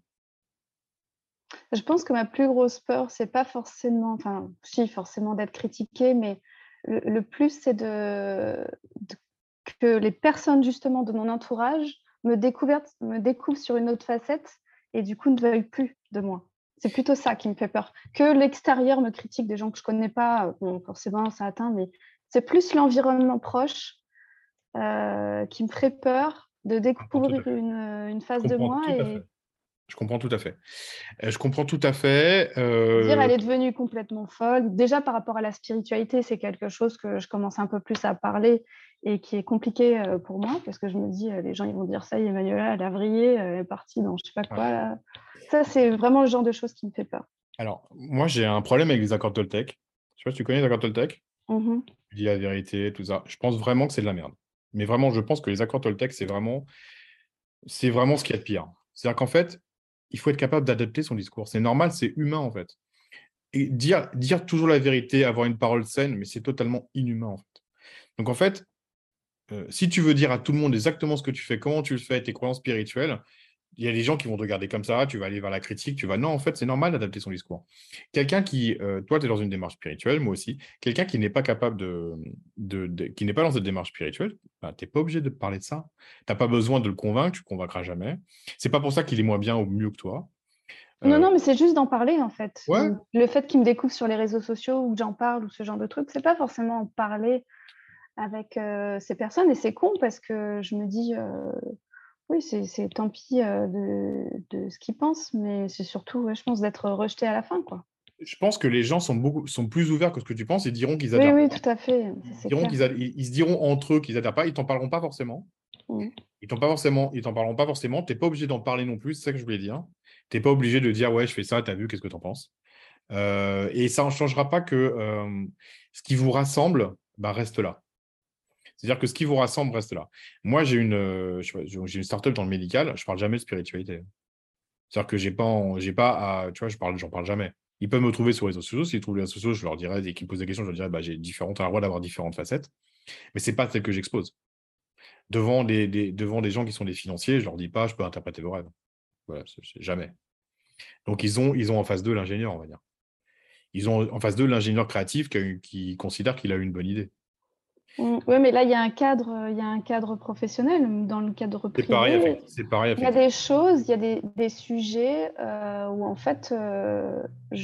Je pense que ma plus grosse peur, c'est pas forcément, enfin, si, forcément d'être critiquée, mais le le plus, c'est de de que les personnes justement de mon entourage me découvertent me découvrent sur une autre facette et du coup ne veuillent plus de moi. C'est plutôt ça qui me fait peur. Que l'extérieur me critique, des gens que je connais pas, bon forcément ça atteint, mais c'est plus l'environnement proche, heu, qui me ferait peur de Je comprends tout à découvrir fait. une, une Je face de comprends moi tout à fait. et Je comprends tout à fait. Euh, je comprends tout à fait. dire euh, elle est devenue complètement folle. Déjà par rapport à la spiritualité, c'est quelque chose que je commence un peu plus à parler et qui est compliqué, heu, pour moi parce que je me dis, heu: «Les gens ils vont dire ça y est Manuela elle a vrillé, elle est partie dans je sais pas ouais. quoi là». Ça c'est vraiment le genre de choses qui me fait peur. Alors, moi, j'ai un problème avec les accords Toltec. Je sais pas si tu connais les accords Toltec. Mmh mh. Tu dis la vérité, tout ça. Je pense vraiment que c'est de la merde. Mais vraiment, je pense que les accords Toltec, c'est vraiment, c'est vraiment ce qu'il y a de pire. C'est-à-dire qu'en fait, il faut être capable d'adapter son discours. C'est normal, c'est humain, en fait. Et dire, dire toujours la vérité, avoir une parole saine, mais c'est totalement inhumain, en fait. Donc, en fait, euh, si tu veux dire à tout le monde exactement ce que tu fais, comment tu le fais, tes croyances spirituelles, il y a des gens qui vont te regarder comme ça, tu vas aller vers la critique, tu vas non, en fait, c'est normal d'adapter son discours. Quelqu'un qui, euh, toi, tu es dans une démarche spirituelle, moi aussi, quelqu'un qui n'est pas capable de, de, de- qui n'est pas dans cette démarche spirituelle, bah, tu n'es pas obligé de parler de ça. Tu n'as pas besoin de le convaincre, tu ne le convaincras jamais. C'est pas pour ça qu'il est moins bien ou mieux que toi. Non, Euh, non, mais c'est juste d'en parler en fait. ouais, Donc le fait qu'ils me découvrent sur les réseaux sociaux ou que j'en parle ou ce genre de trucs, c'est pas forcément en parler avec, heu, ces personnes et c'est con parce que je me dis, heu: «Oui, c'est c'est tant pis, heu, de de ce qu'ils pensent», mais c'est surtout, ouais, je pense d'être rejetée à la fin, quoi. Je pense que les gens sont, beaucoup, sont plus ouverts que ce que tu penses et diront qu'ils Oui, adhèrent oui, pas. tout à fait, ça, Ils c'est diront clair. qu'ils ad- ils, ils se diront entre eux qu'ils adhèrent pas. Ils t'en parleront pas forcément. Mmh. Ils t'en pas forcément. Ils t'en parleront pas forcément. T'es pas obligé d'en parler non plus. C'est ça que je voulais dire. T'es pas obligé de dire ouais, je fais ça. T'as vu, qu'est-ce que t'en penses? Euh, et ça ne changera pas que euh, ce qui vous rassemble, bah, reste là. C'est-à-dire que ce qui vous rassemble reste là. Moi, j'ai une, euh, je sais pas, j'ai une startup dans le médical. Je parle jamais de spiritualité. C'est-à-dire que j'ai pas, en- j'ai pas à, tu vois, je parle, j'en parle jamais. Ils peuvent me trouver sur les réseaux sociaux. S'ils trouvent les réseaux sociaux, je leur dirai, dès qu'ils me posent des questions, je leur dirai, bah, j'ai différentes, t'as le droit d'avoir différentes facettes. Mais c'est pas celle que j'expose. Devant des, des- devant des gens qui sont des financiers, je leur dis pas, je peux interpréter vos rêves. Voilà, c'est c'est jamais. Donc, ils ont, ils ont en face d'eux l'ingénieur, on va dire. Ils ont en face d'eux l'ingénieur créatif qui, a eu- qui considère qu'il a eu une bonne idée. Mmh. Ouais, mais là, il y a un cadre, heu, il y a un cadre professionnel. Dans le cadre C'est pareil, privé, effectivement. C'est pareil, il y a effectivement. des choses, il y a des des sujets, heu, où en fait, heu,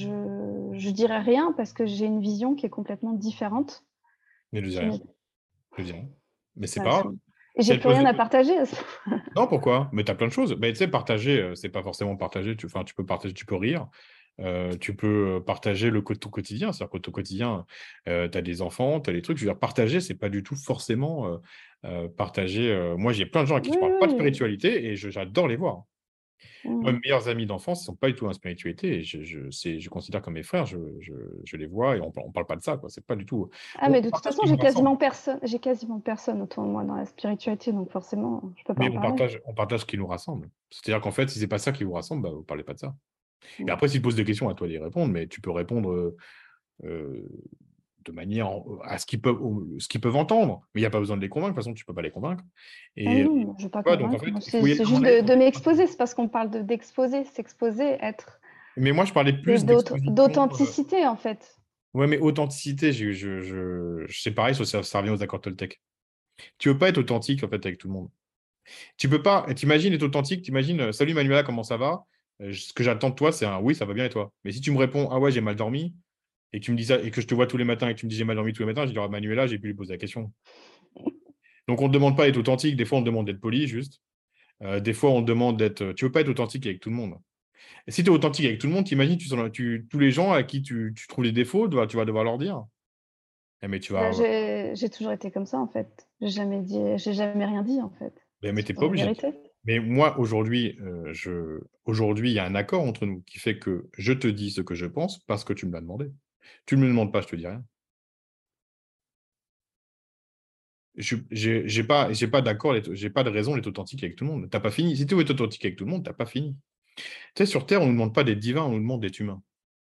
je je dirais rien parce que j'ai une vision qui est complètement différente. Mais je dis Je rien. n'ai Je dis rien. Mais c'est bah, pas c'est grave. et Si j'ai elle plus pose rien des à questions. partager. Non, pourquoi? Mais tu as plein de choses. Mais tu sais, partager, euh, c'est pas forcément partager. Tu, enfin, tu peux partager, tu peux rire. Euh, tu peux euh, partager le co- ton quotidien. C'est-à-dire qu'au quotidien, tu as des enfants, tu as des trucs. Je veux dire, partager, c'est pas du tout forcément euh, euh, partager. euh, Moi, j'ai plein de gens à qui je Oui, parle pas de oui. spiritualité et je- j'adore les voir. Moi, Mmh. mes meilleurs amis d'enfance, ils sont pas du tout en spiritualité. Et je, je, c'est- je considère comme mes frères, je, je, je les vois et on, on parle pas de ça, quoi. C'est pas du tout. Ah, On mais de toute partage ce façon, qui j'ai nous rassemble. quasiment personne j'ai quasiment personne autour de moi dans la spiritualité, donc forcément, je peux pas Mais en on parler. partage, on partage ce qui nous rassemble. C'est-à-dire qu'en fait, si c'est pas ça qui vous rassemble, bah, vous parlez pas de ça. Et Mmh. après, s'ils posent des questions, à toi d'y répondre, mais tu peux répondre euh, euh, de manière à ce qu'ils peuvent, au- ce qu'ils peuvent entendre. Mais il n'y a pas besoin de les convaincre. De toute façon, tu peux pas les convaincre. Ah Et, non, je veux pas ouais, donc en convaincre, fait, moi, il c'est faut y aller, c'est à mon juste avis, de faut de y aller m'exposer. stratégique. C'est parce qu'on parle de d'exposer, s'exposer, être Mais moi, je parlais de plus d'aut d'exposition. euh, d'authenticité, en fait. Ouais, mais authenticité, je, je, je, je- c'est pareil, ça, ça revient aux accords Toltec. Tu veux pas être authentique en fait avec tout le monde. Tu peux pas. T'imagines être authentique. T'imagines, euh, salut Manuela, comment ça va? Euh, Ce que j'attends de toi, c'est un oui, ça va bien et toi. Mais si tu me réponds, ah ouais, j'ai mal dormi, et que tu me dis ça, et que je te vois tous les matins et que tu me dis j'ai mal dormi tous les matins, je dirais, Manuela, j'ai pu lui poser la question. Donc on ne demande pas d'être authentique. Des fois, on demande d'être poli, juste. Euh, des fois, on demande d'être. Tu veux pas être authentique avec tout le monde. Et si tu es authentique avec tout le monde, t'imagines, tu, sens- tu, tous les gens à qui tu, tu trouves les défauts, tu vas, tu vas devoir leur dire. Eh, mais tu Bah, vas. j'ai j'ai toujours été comme ça, en fait. J'ai jamais dit j'ai jamais rien dit, en fait. Mais, mais C'est t'es pas la obligé de dire. vérité. Mais moi, aujourd'hui, euh, je... aujourd'hui, il y a un accord entre nous qui fait que je te dis ce que je pense parce que tu me l'as demandé. Tu ne me demandes pas, je te dis rien. Je j'ai j'ai pas, j'ai pas d'accord, d'être- j'ai pas de raison d'être authentique avec tout le monde. T'as pas fini. Si tu veux être authentique avec tout le monde, t'as pas fini. Tu sais, sur Terre, on ne nous demande pas d'être divin, on nous demande d'être humain.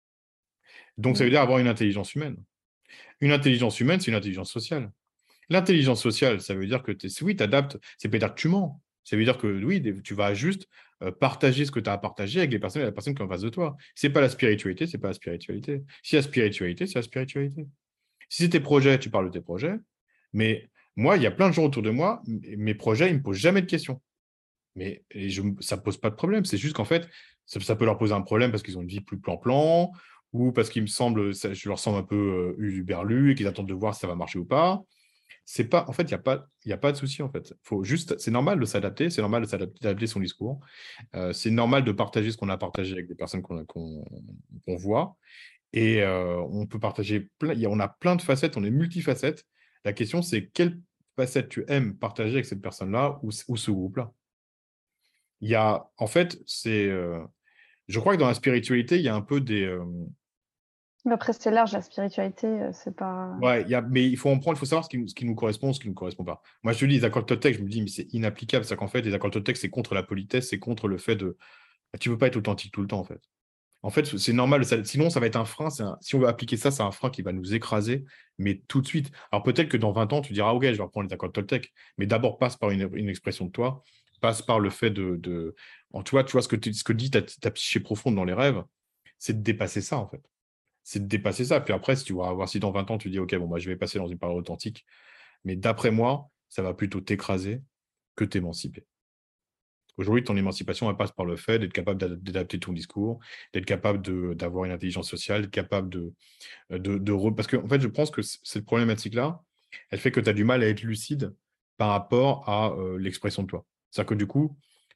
Donc, ça Mmh. veut dire avoir une intelligence humaine. Une intelligence humaine, c'est une intelligence sociale. L'intelligence sociale, ça veut dire que t'es- oui, tu adaptes. C'est pas dire que tu mens. Ça veut dire que oui, des- tu vas juste euh, partager ce que tu as à partager avec les personnes et la personne qui est en face de toi. C'est pas la spiritualité, c'est pas la spiritualité. Si la spiritualité, c'est la spiritualité. Si c'est tes projets, tu parles de tes projets. Mais moi, il y a plein de gens autour de moi, m- mes projets, ils ne me posent jamais de questions. Mais et je, ça ne pose pas de problème. C'est juste qu'en fait, ça, ça peut leur poser un problème parce qu'ils ont une vie plus plan-plan ou parce qu'il me semble, ça- je leur semble un peu euh, uberlu et qu'ils attendent de voir si ça va marcher ou pas. C'est pas, en fait, il n'y a pas, il y a pas de souci, en fait. Faut juste, c'est normal de s'adapter, c'est normal de s'adapter, d'adapter son discours. Euh, c'est normal de partager ce qu'on a partagé avec des personnes qu'on qu'on- qu'on voit. Et euh, on peut partager plein, il y a- on a plein de facettes, on est multifacettes. La question, c'est quelle facette tu aimes partager avec cette personne-là ou, ou ce groupe-là. Il y a, en fait, c'est, euh, je crois que dans la spiritualité, il y a un peu des, euh, Mais après, c'est large, la spiritualité, heu, c'est pas ouais, il y a, mais il faut en prendre, il faut savoir ce qui, nous- ce qui nous correspond, ce qui ne nous correspond pas. Moi, je te dis, les accords Toltec, je me dis, mais c'est inapplicable. C'est qu'en fait, les accords Toltec, c'est contre la politesse, c'est contre le fait de. Tu ne peux pas être authentique tout le temps, en fait. En fait, c'est normal. ça- sinon, ça va être un frein. c'est un- si on veut appliquer ça, c'est un frein qui va nous écraser, mais tout de suite. Alors peut-être que dans vingt ans, tu diras, ok, je vais reprendre les accords Toltec. Mais d'abord, passe par une, une expression de toi, passe par le fait de. de... En toi, tu vois, ce que, tu- ce que dit ta, ta psyché profonde dans les rêves, c'est de dépasser ça, en fait. C'est de dépasser ça. Puis après, si tu vas voir si dans vingt ans, tu dis, ok, bon, moi, je vais passer dans une parole authentique. Mais d'après moi, ça va plutôt t'écraser que t'émanciper. Aujourd'hui, ton émancipation, elle passe par le fait d'être capable d'ad- d'adapter ton discours, d'être capable de- d'avoir une intelligence sociale, d'être capable de, de, de re- Parce que, en fait, je pense que c- cette problématique-là, elle fait que tu as du mal à être lucide par rapport à euh, l'expression de toi. C'est-à-dire que du coup,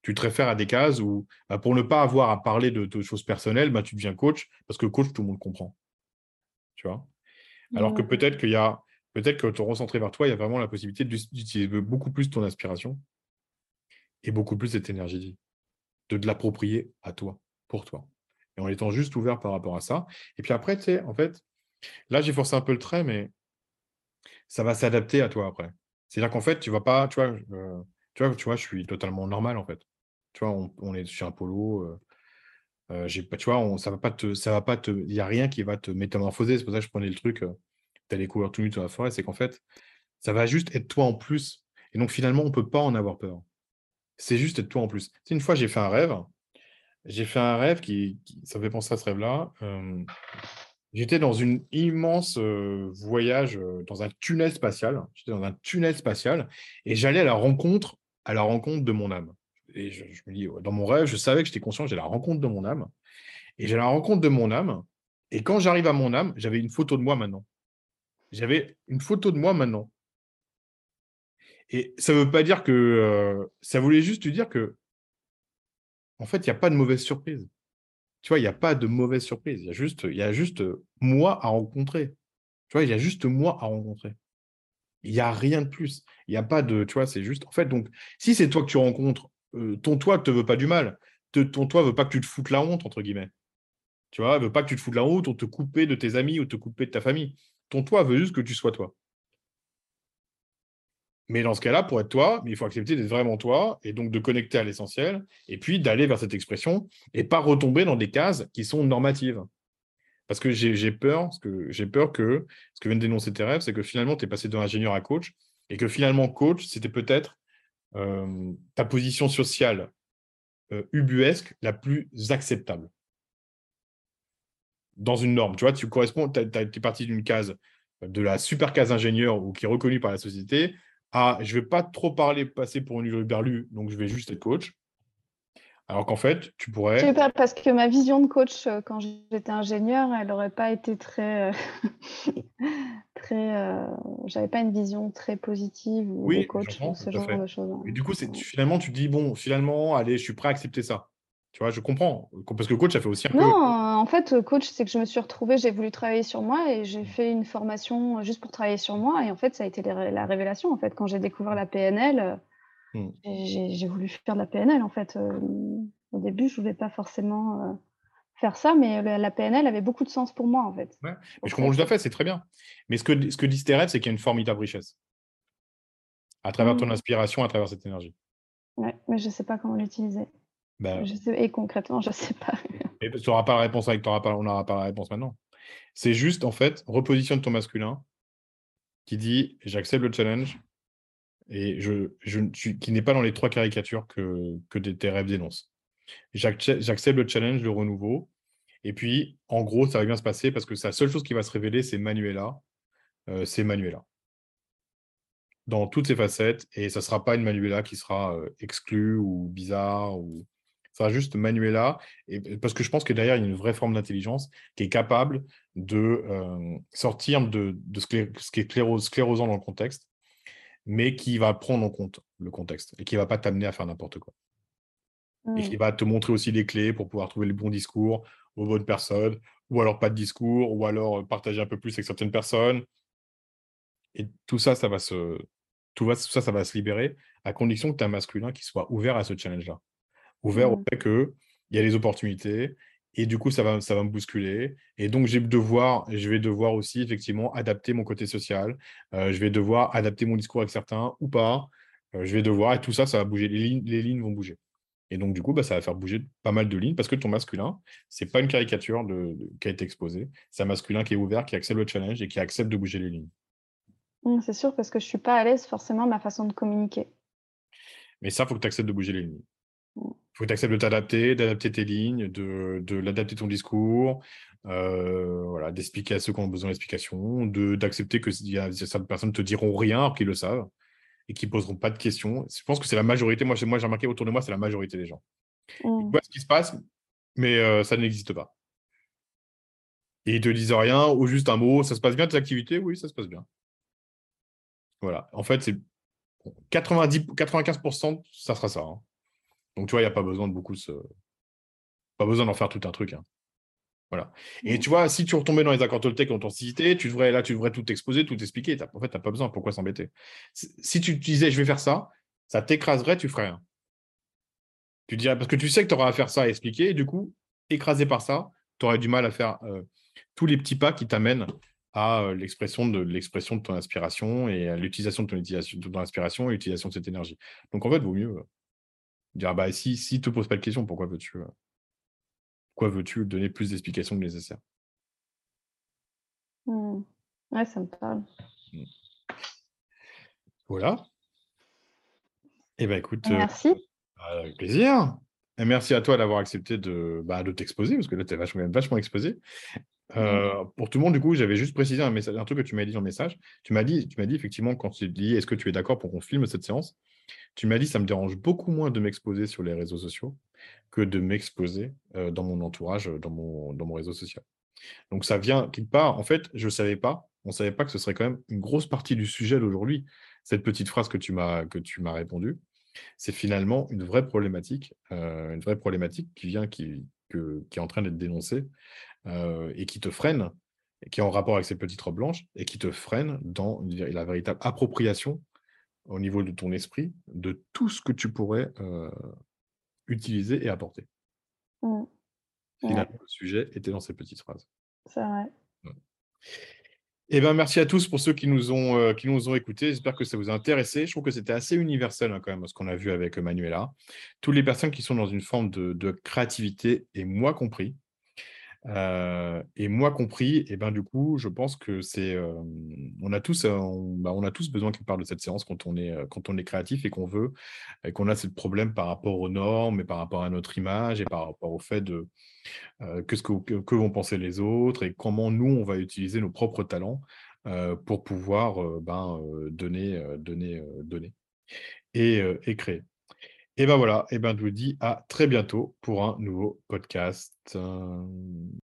tu te réfères à des cases où, bah, pour ne pas avoir à parler de, de choses personnelles, bah, tu deviens coach, parce que coach, tout le monde comprend. Tu vois? Alors que Mmh. peut-être qu'il y a, peut-être que te recentrer vers toi, il y a vraiment la possibilité d'us- d'utiliser beaucoup plus ton inspiration et beaucoup plus cette énergie de vie, de, de l'approprier à toi, pour toi. Et en étant juste ouvert par rapport à ça. Et puis après, tu sais, en fait, là, j'ai forcé un peu le trait, mais ça va s'adapter à toi après. C'est-à-dire qu'en fait, tu vas pas, tu vois, euh, tu vois, tu vois, je suis totalement normal en fait. Tu vois, on, on est sur un polo, euh, euh, j'ai pas, tu vois, on, ça va pas te, ça va pas te, il y a rien qui va te métamorphoser. C'est pour ça que je prenais le truc, euh, d'aller courir tout nu dans la forêt, c'est qu'en fait, ça va juste être toi en plus. Et donc finalement, on peut pas en avoir peur. C'est juste être toi en plus. C'est une fois, j'ai fait un rêve. J'ai fait un rêve qui, qui- ça me fait penser à ce rêve-là. Euh, J'étais dans une immense euh, voyage euh, dans un tunnel spatial. J'étais dans un tunnel spatial et j'allais à la rencontre, à la rencontre de mon âme. Et je, je me dis, ouais, dans mon rêve, je savais que j'étais conscient, j'ai la rencontre de mon âme. Et j'ai la rencontre de mon âme. Et quand j'arrive à mon âme, j'avais une photo de moi maintenant. J'avais une photo de moi maintenant. Et ça ne veut pas dire que, euh, ça voulait juste te dire que, en fait, il n'y a pas de mauvaise surprise. Tu vois, il n'y a pas de mauvaise surprise. Il y a juste, il y a juste moi à rencontrer. Tu vois, il y a juste moi à rencontrer. Il n'y a rien de plus. Il n'y a pas de, tu vois, c'est juste, en fait, donc, si c'est toi que tu rencontres, euh, ton toi ne te veut pas du mal. Te- ton toi ne veut pas que tu te foutes la honte, entre guillemets. Tu vois, ne veut pas que tu te foutes la honte ou te couper de tes amis ou te couper de ta famille. Ton toi veut juste que tu sois toi. Mais dans ce cas-là, pour être toi, il faut accepter d'être vraiment toi et donc de connecter à l'essentiel et puis d'aller vers cette expression et pas retomber dans des cases qui sont normatives. Parce que j'ai j'ai peur, parce que j'ai peur que ce que viennent dénoncer tes rêves, c'est que finalement, tu es passé d'ingénieur à coach et que finalement, coach, c'était peut-être euh, ta position sociale euh, ubuesque la plus acceptable dans une norme. Tu vois, tu corresponds, tu es parti d'une case, de la super case ingénieur ou qui est reconnue par la société, à je ne vais pas trop parler, passer pour une hurluberlue, donc je vais juste être coach. Alors qu'en fait, tu Je sais pourrais. pas, parce que ma vision de coach, heu, quand j'étais ingénieure, elle aurait pas été très, heu, très, heu, j'avais pas une vision très positive ou des Oui, coachs ou j'entends, ce tout à genre fait. de choses, Et hein. du coup, c'est, tu- finalement, tu te dis, bon, finalement, allez, je suis prêt à accepter ça. Tu vois, je comprends. Parce que coach, ça fait aussi un Non, peu. en fait, heu, coach, c'est que je me suis retrouvée, j'ai voulu travailler sur moi et j'ai fait une formation, heu, juste pour travailler sur moi et en fait, ça a été les ré la révélation, en fait. Quand j'ai découvert la P N L, heu, Hmm. j'ai j'ai j'ai voulu faire de la P N L, en fait, hem, au début, je voulais pas forcément, heu, faire ça, mais la la P N L avait beaucoup de sens pour moi, en fait. Ouais. C'est Mais je pour ça comprends tout à que fait, c'est très bien. Mais ce que, ce que disent tes rêves, c'est qu'il y a une formidable richesse à travers ton mmh, inspiration, à travers cette énergie. ouais, mais je sais pas comment l'utiliser. Ben, Je sais et concrètement, je sais pas. et tu n'auras pas la réponse avec, t'auras pas, on n'aura pas la réponse maintenant. C'est juste, en fait, repositionne ton masculin qui dit, j'accepte le challenge et je, je, ne suis- qui n'est pas dans les trois caricatures que, que tes tes rêves dénoncent. J'accepte j'accepte le challenge, le renouveau. Et puis, en gros, ça va bien se passer parce que la seule chose qui va se révéler, c'est Manuela. Euh, c'est Manuela. Dans toutes ses facettes. Et ça ne sera pas une Manuela qui sera euh, exclue ou bizarre. Ou... Ça sera juste Manuela. Et, parce que je pense que derrière, il y a une vraie forme d'intelligence qui est capable de euh, sortir de, de ce, clé- ce qui est cléro- sclérosant dans le contexte, mais qui va prendre en compte le contexte et qui ne va pas t'amener à faire n'importe quoi. Et Mmh. qui va te montrer aussi les clés pour pouvoir trouver les bons discours aux bonnes personnes, ou alors pas de discours, ou alors euh, partager un peu plus avec certaines personnes. Et tout ça, ça va se, tout va, tout ça, ça va se libérer à condition que tu aies un masculin qui soit ouvert à ce challenge-là. Ouvert au Mmh. fait qu'il y a des opportunités, et du coup, ça va, ça va me bousculer. Et donc, j'ai devoir, je vais devoir aussi, effectivement, adapter mon côté social. Euh, je vais devoir adapter mon discours avec certains ou pas. Euh, je vais devoir, et tout ça, ça va bouger. Les lignes, les lignes vont bouger. Et donc, du coup, bah, ça va faire bouger pas mal de lignes parce que ton masculin, c'est pas une caricature de, de- qui a été exposée. C'est un masculin qui est ouvert, qui accepte le challenge et qui accepte de bouger les lignes. Mmh, c'est sûr parce que je suis pas à l'aise forcément ma façon de communiquer. Mais ça, il faut que tu acceptes de bouger les lignes. Mmh. Il faut que tu acceptes de t'adapter, d'adapter tes lignes, de, de l'adapter ton discours, euh, voilà, d'expliquer à ceux qui ont besoin d'explications, de, d'accepter que y a, certaines personnes ne te diront rien alors qu'ils le savent et qui ne poseront pas de questions. Je pense que c'est la majorité. Moi, j'ai moi, j'ai remarqué autour de moi, c'est la majorité des gens. Ils Mmh. voient ce qui se passe, mais euh, ça n'existe pas. Et ils te disent rien, ou juste un mot, ça se passe bien tes activités? Oui, ça se passe bien. Voilà. En fait, c'est quatre-vingt-dix, quatre-vingt-quinze pour cent, ça sera ça, hein. Donc, tu vois, il y a pas besoin de beaucoup se pas besoin d'en faire tout un truc, hein. Voilà. Et Mmh. tu vois, si tu retombais dans les accords Toltec dont on citait, tu devrais là, tu devrais tout exposer, tout expliquer. Tu en fait, tu as pas besoin, pourquoi s'embêter? Si si tu te disais: «Je vais faire ça», ça t'écraserait, tu ferais rien. Tu dirais parce que tu sais que tu auras à faire ça, à expliquer et du coup, écrasé par ça, tu aurais du mal à faire, heu, tous les petits pas qui t'amènent à, heu, l'expression de l'expression de ton inspiration et à l'utilisation de ton utilisation de ton inspiration et l'utilisation de cette énergie. Donc en fait, vaut mieux, heu, dire: «Bah, si si te pose pas de questions, pourquoi veux-tu, heu, pourquoi veux-tu donner plus d'explications que nécessaire?» Mmh. Ouais, ça me parle. Mmh. Voilà. Et bah, écoute, heu, Merci. avec plaisir et merci à toi d'avoir accepté de, bah, de t'exposer parce que là, tu es vachement vachement exposé. Mmh. Heu, pour tout le monde, du coup, j'avais juste précisé un message un truc que tu m'as dit dans le message. Tu m'as dit tu m'as dit effectivement quand tu dis: «Est-ce que tu es d'accord pour qu'on filme cette séance?» Tu m'as dit: «Ça me dérange beaucoup moins de m'exposer sur les réseaux sociaux que de m'exposer, heu, dans mon entourage, heu, dans mon dans mon réseau social». Donc ça vient quelque part en fait, je ne savais pas, on ne savait pas que ce serait quand même une grosse partie du sujet d'aujourd'hui, cette petite phrase que tu m'as que tu m'as répondu. C'est finalement une vraie problématique, heu, une vraie problématique qui vient qui que qui est en train d'être dénoncée, heu et qui te freine et qui est en rapport avec ces petites robes blanches et qui te freine dans une la véritable appropriation au niveau de ton esprit, de tout ce que tu pourrais, heu, utiliser et apporter. Mmh. Ouais, Finalement, le sujet était dans ces petites phrases. c'est vrai. Mmh. Eh ben, merci à tous pour ceux qui nous ont, heu, qui nous ont écoutés. J'espère que ça vous a intéressé. Je trouve que c'était assez universel, hein, quand même, ce qu'on a vu avec, heu, Manuela. Toutes les personnes qui sont dans une forme de de créativité et moi compris. Heu et moi compris et ben, du coup, je pense que c'est, hem, on a tous, heu, on bah, on a tous besoin quelque part de cette séance quand on est, heu, quand on est créatif et qu'on veut et qu'on a ce problème par rapport aux normes et par rapport à notre image et par rapport au fait de, heu, que ce que que que vont penser les autres et comment nous, on va utiliser nos propres talents, heu, pour pouvoir, heu, ben, heu, donner, heu, donner, heu, donner et heu et créer. Et ben, voilà et ben, je vous dis à très bientôt pour un nouveau podcast. Hem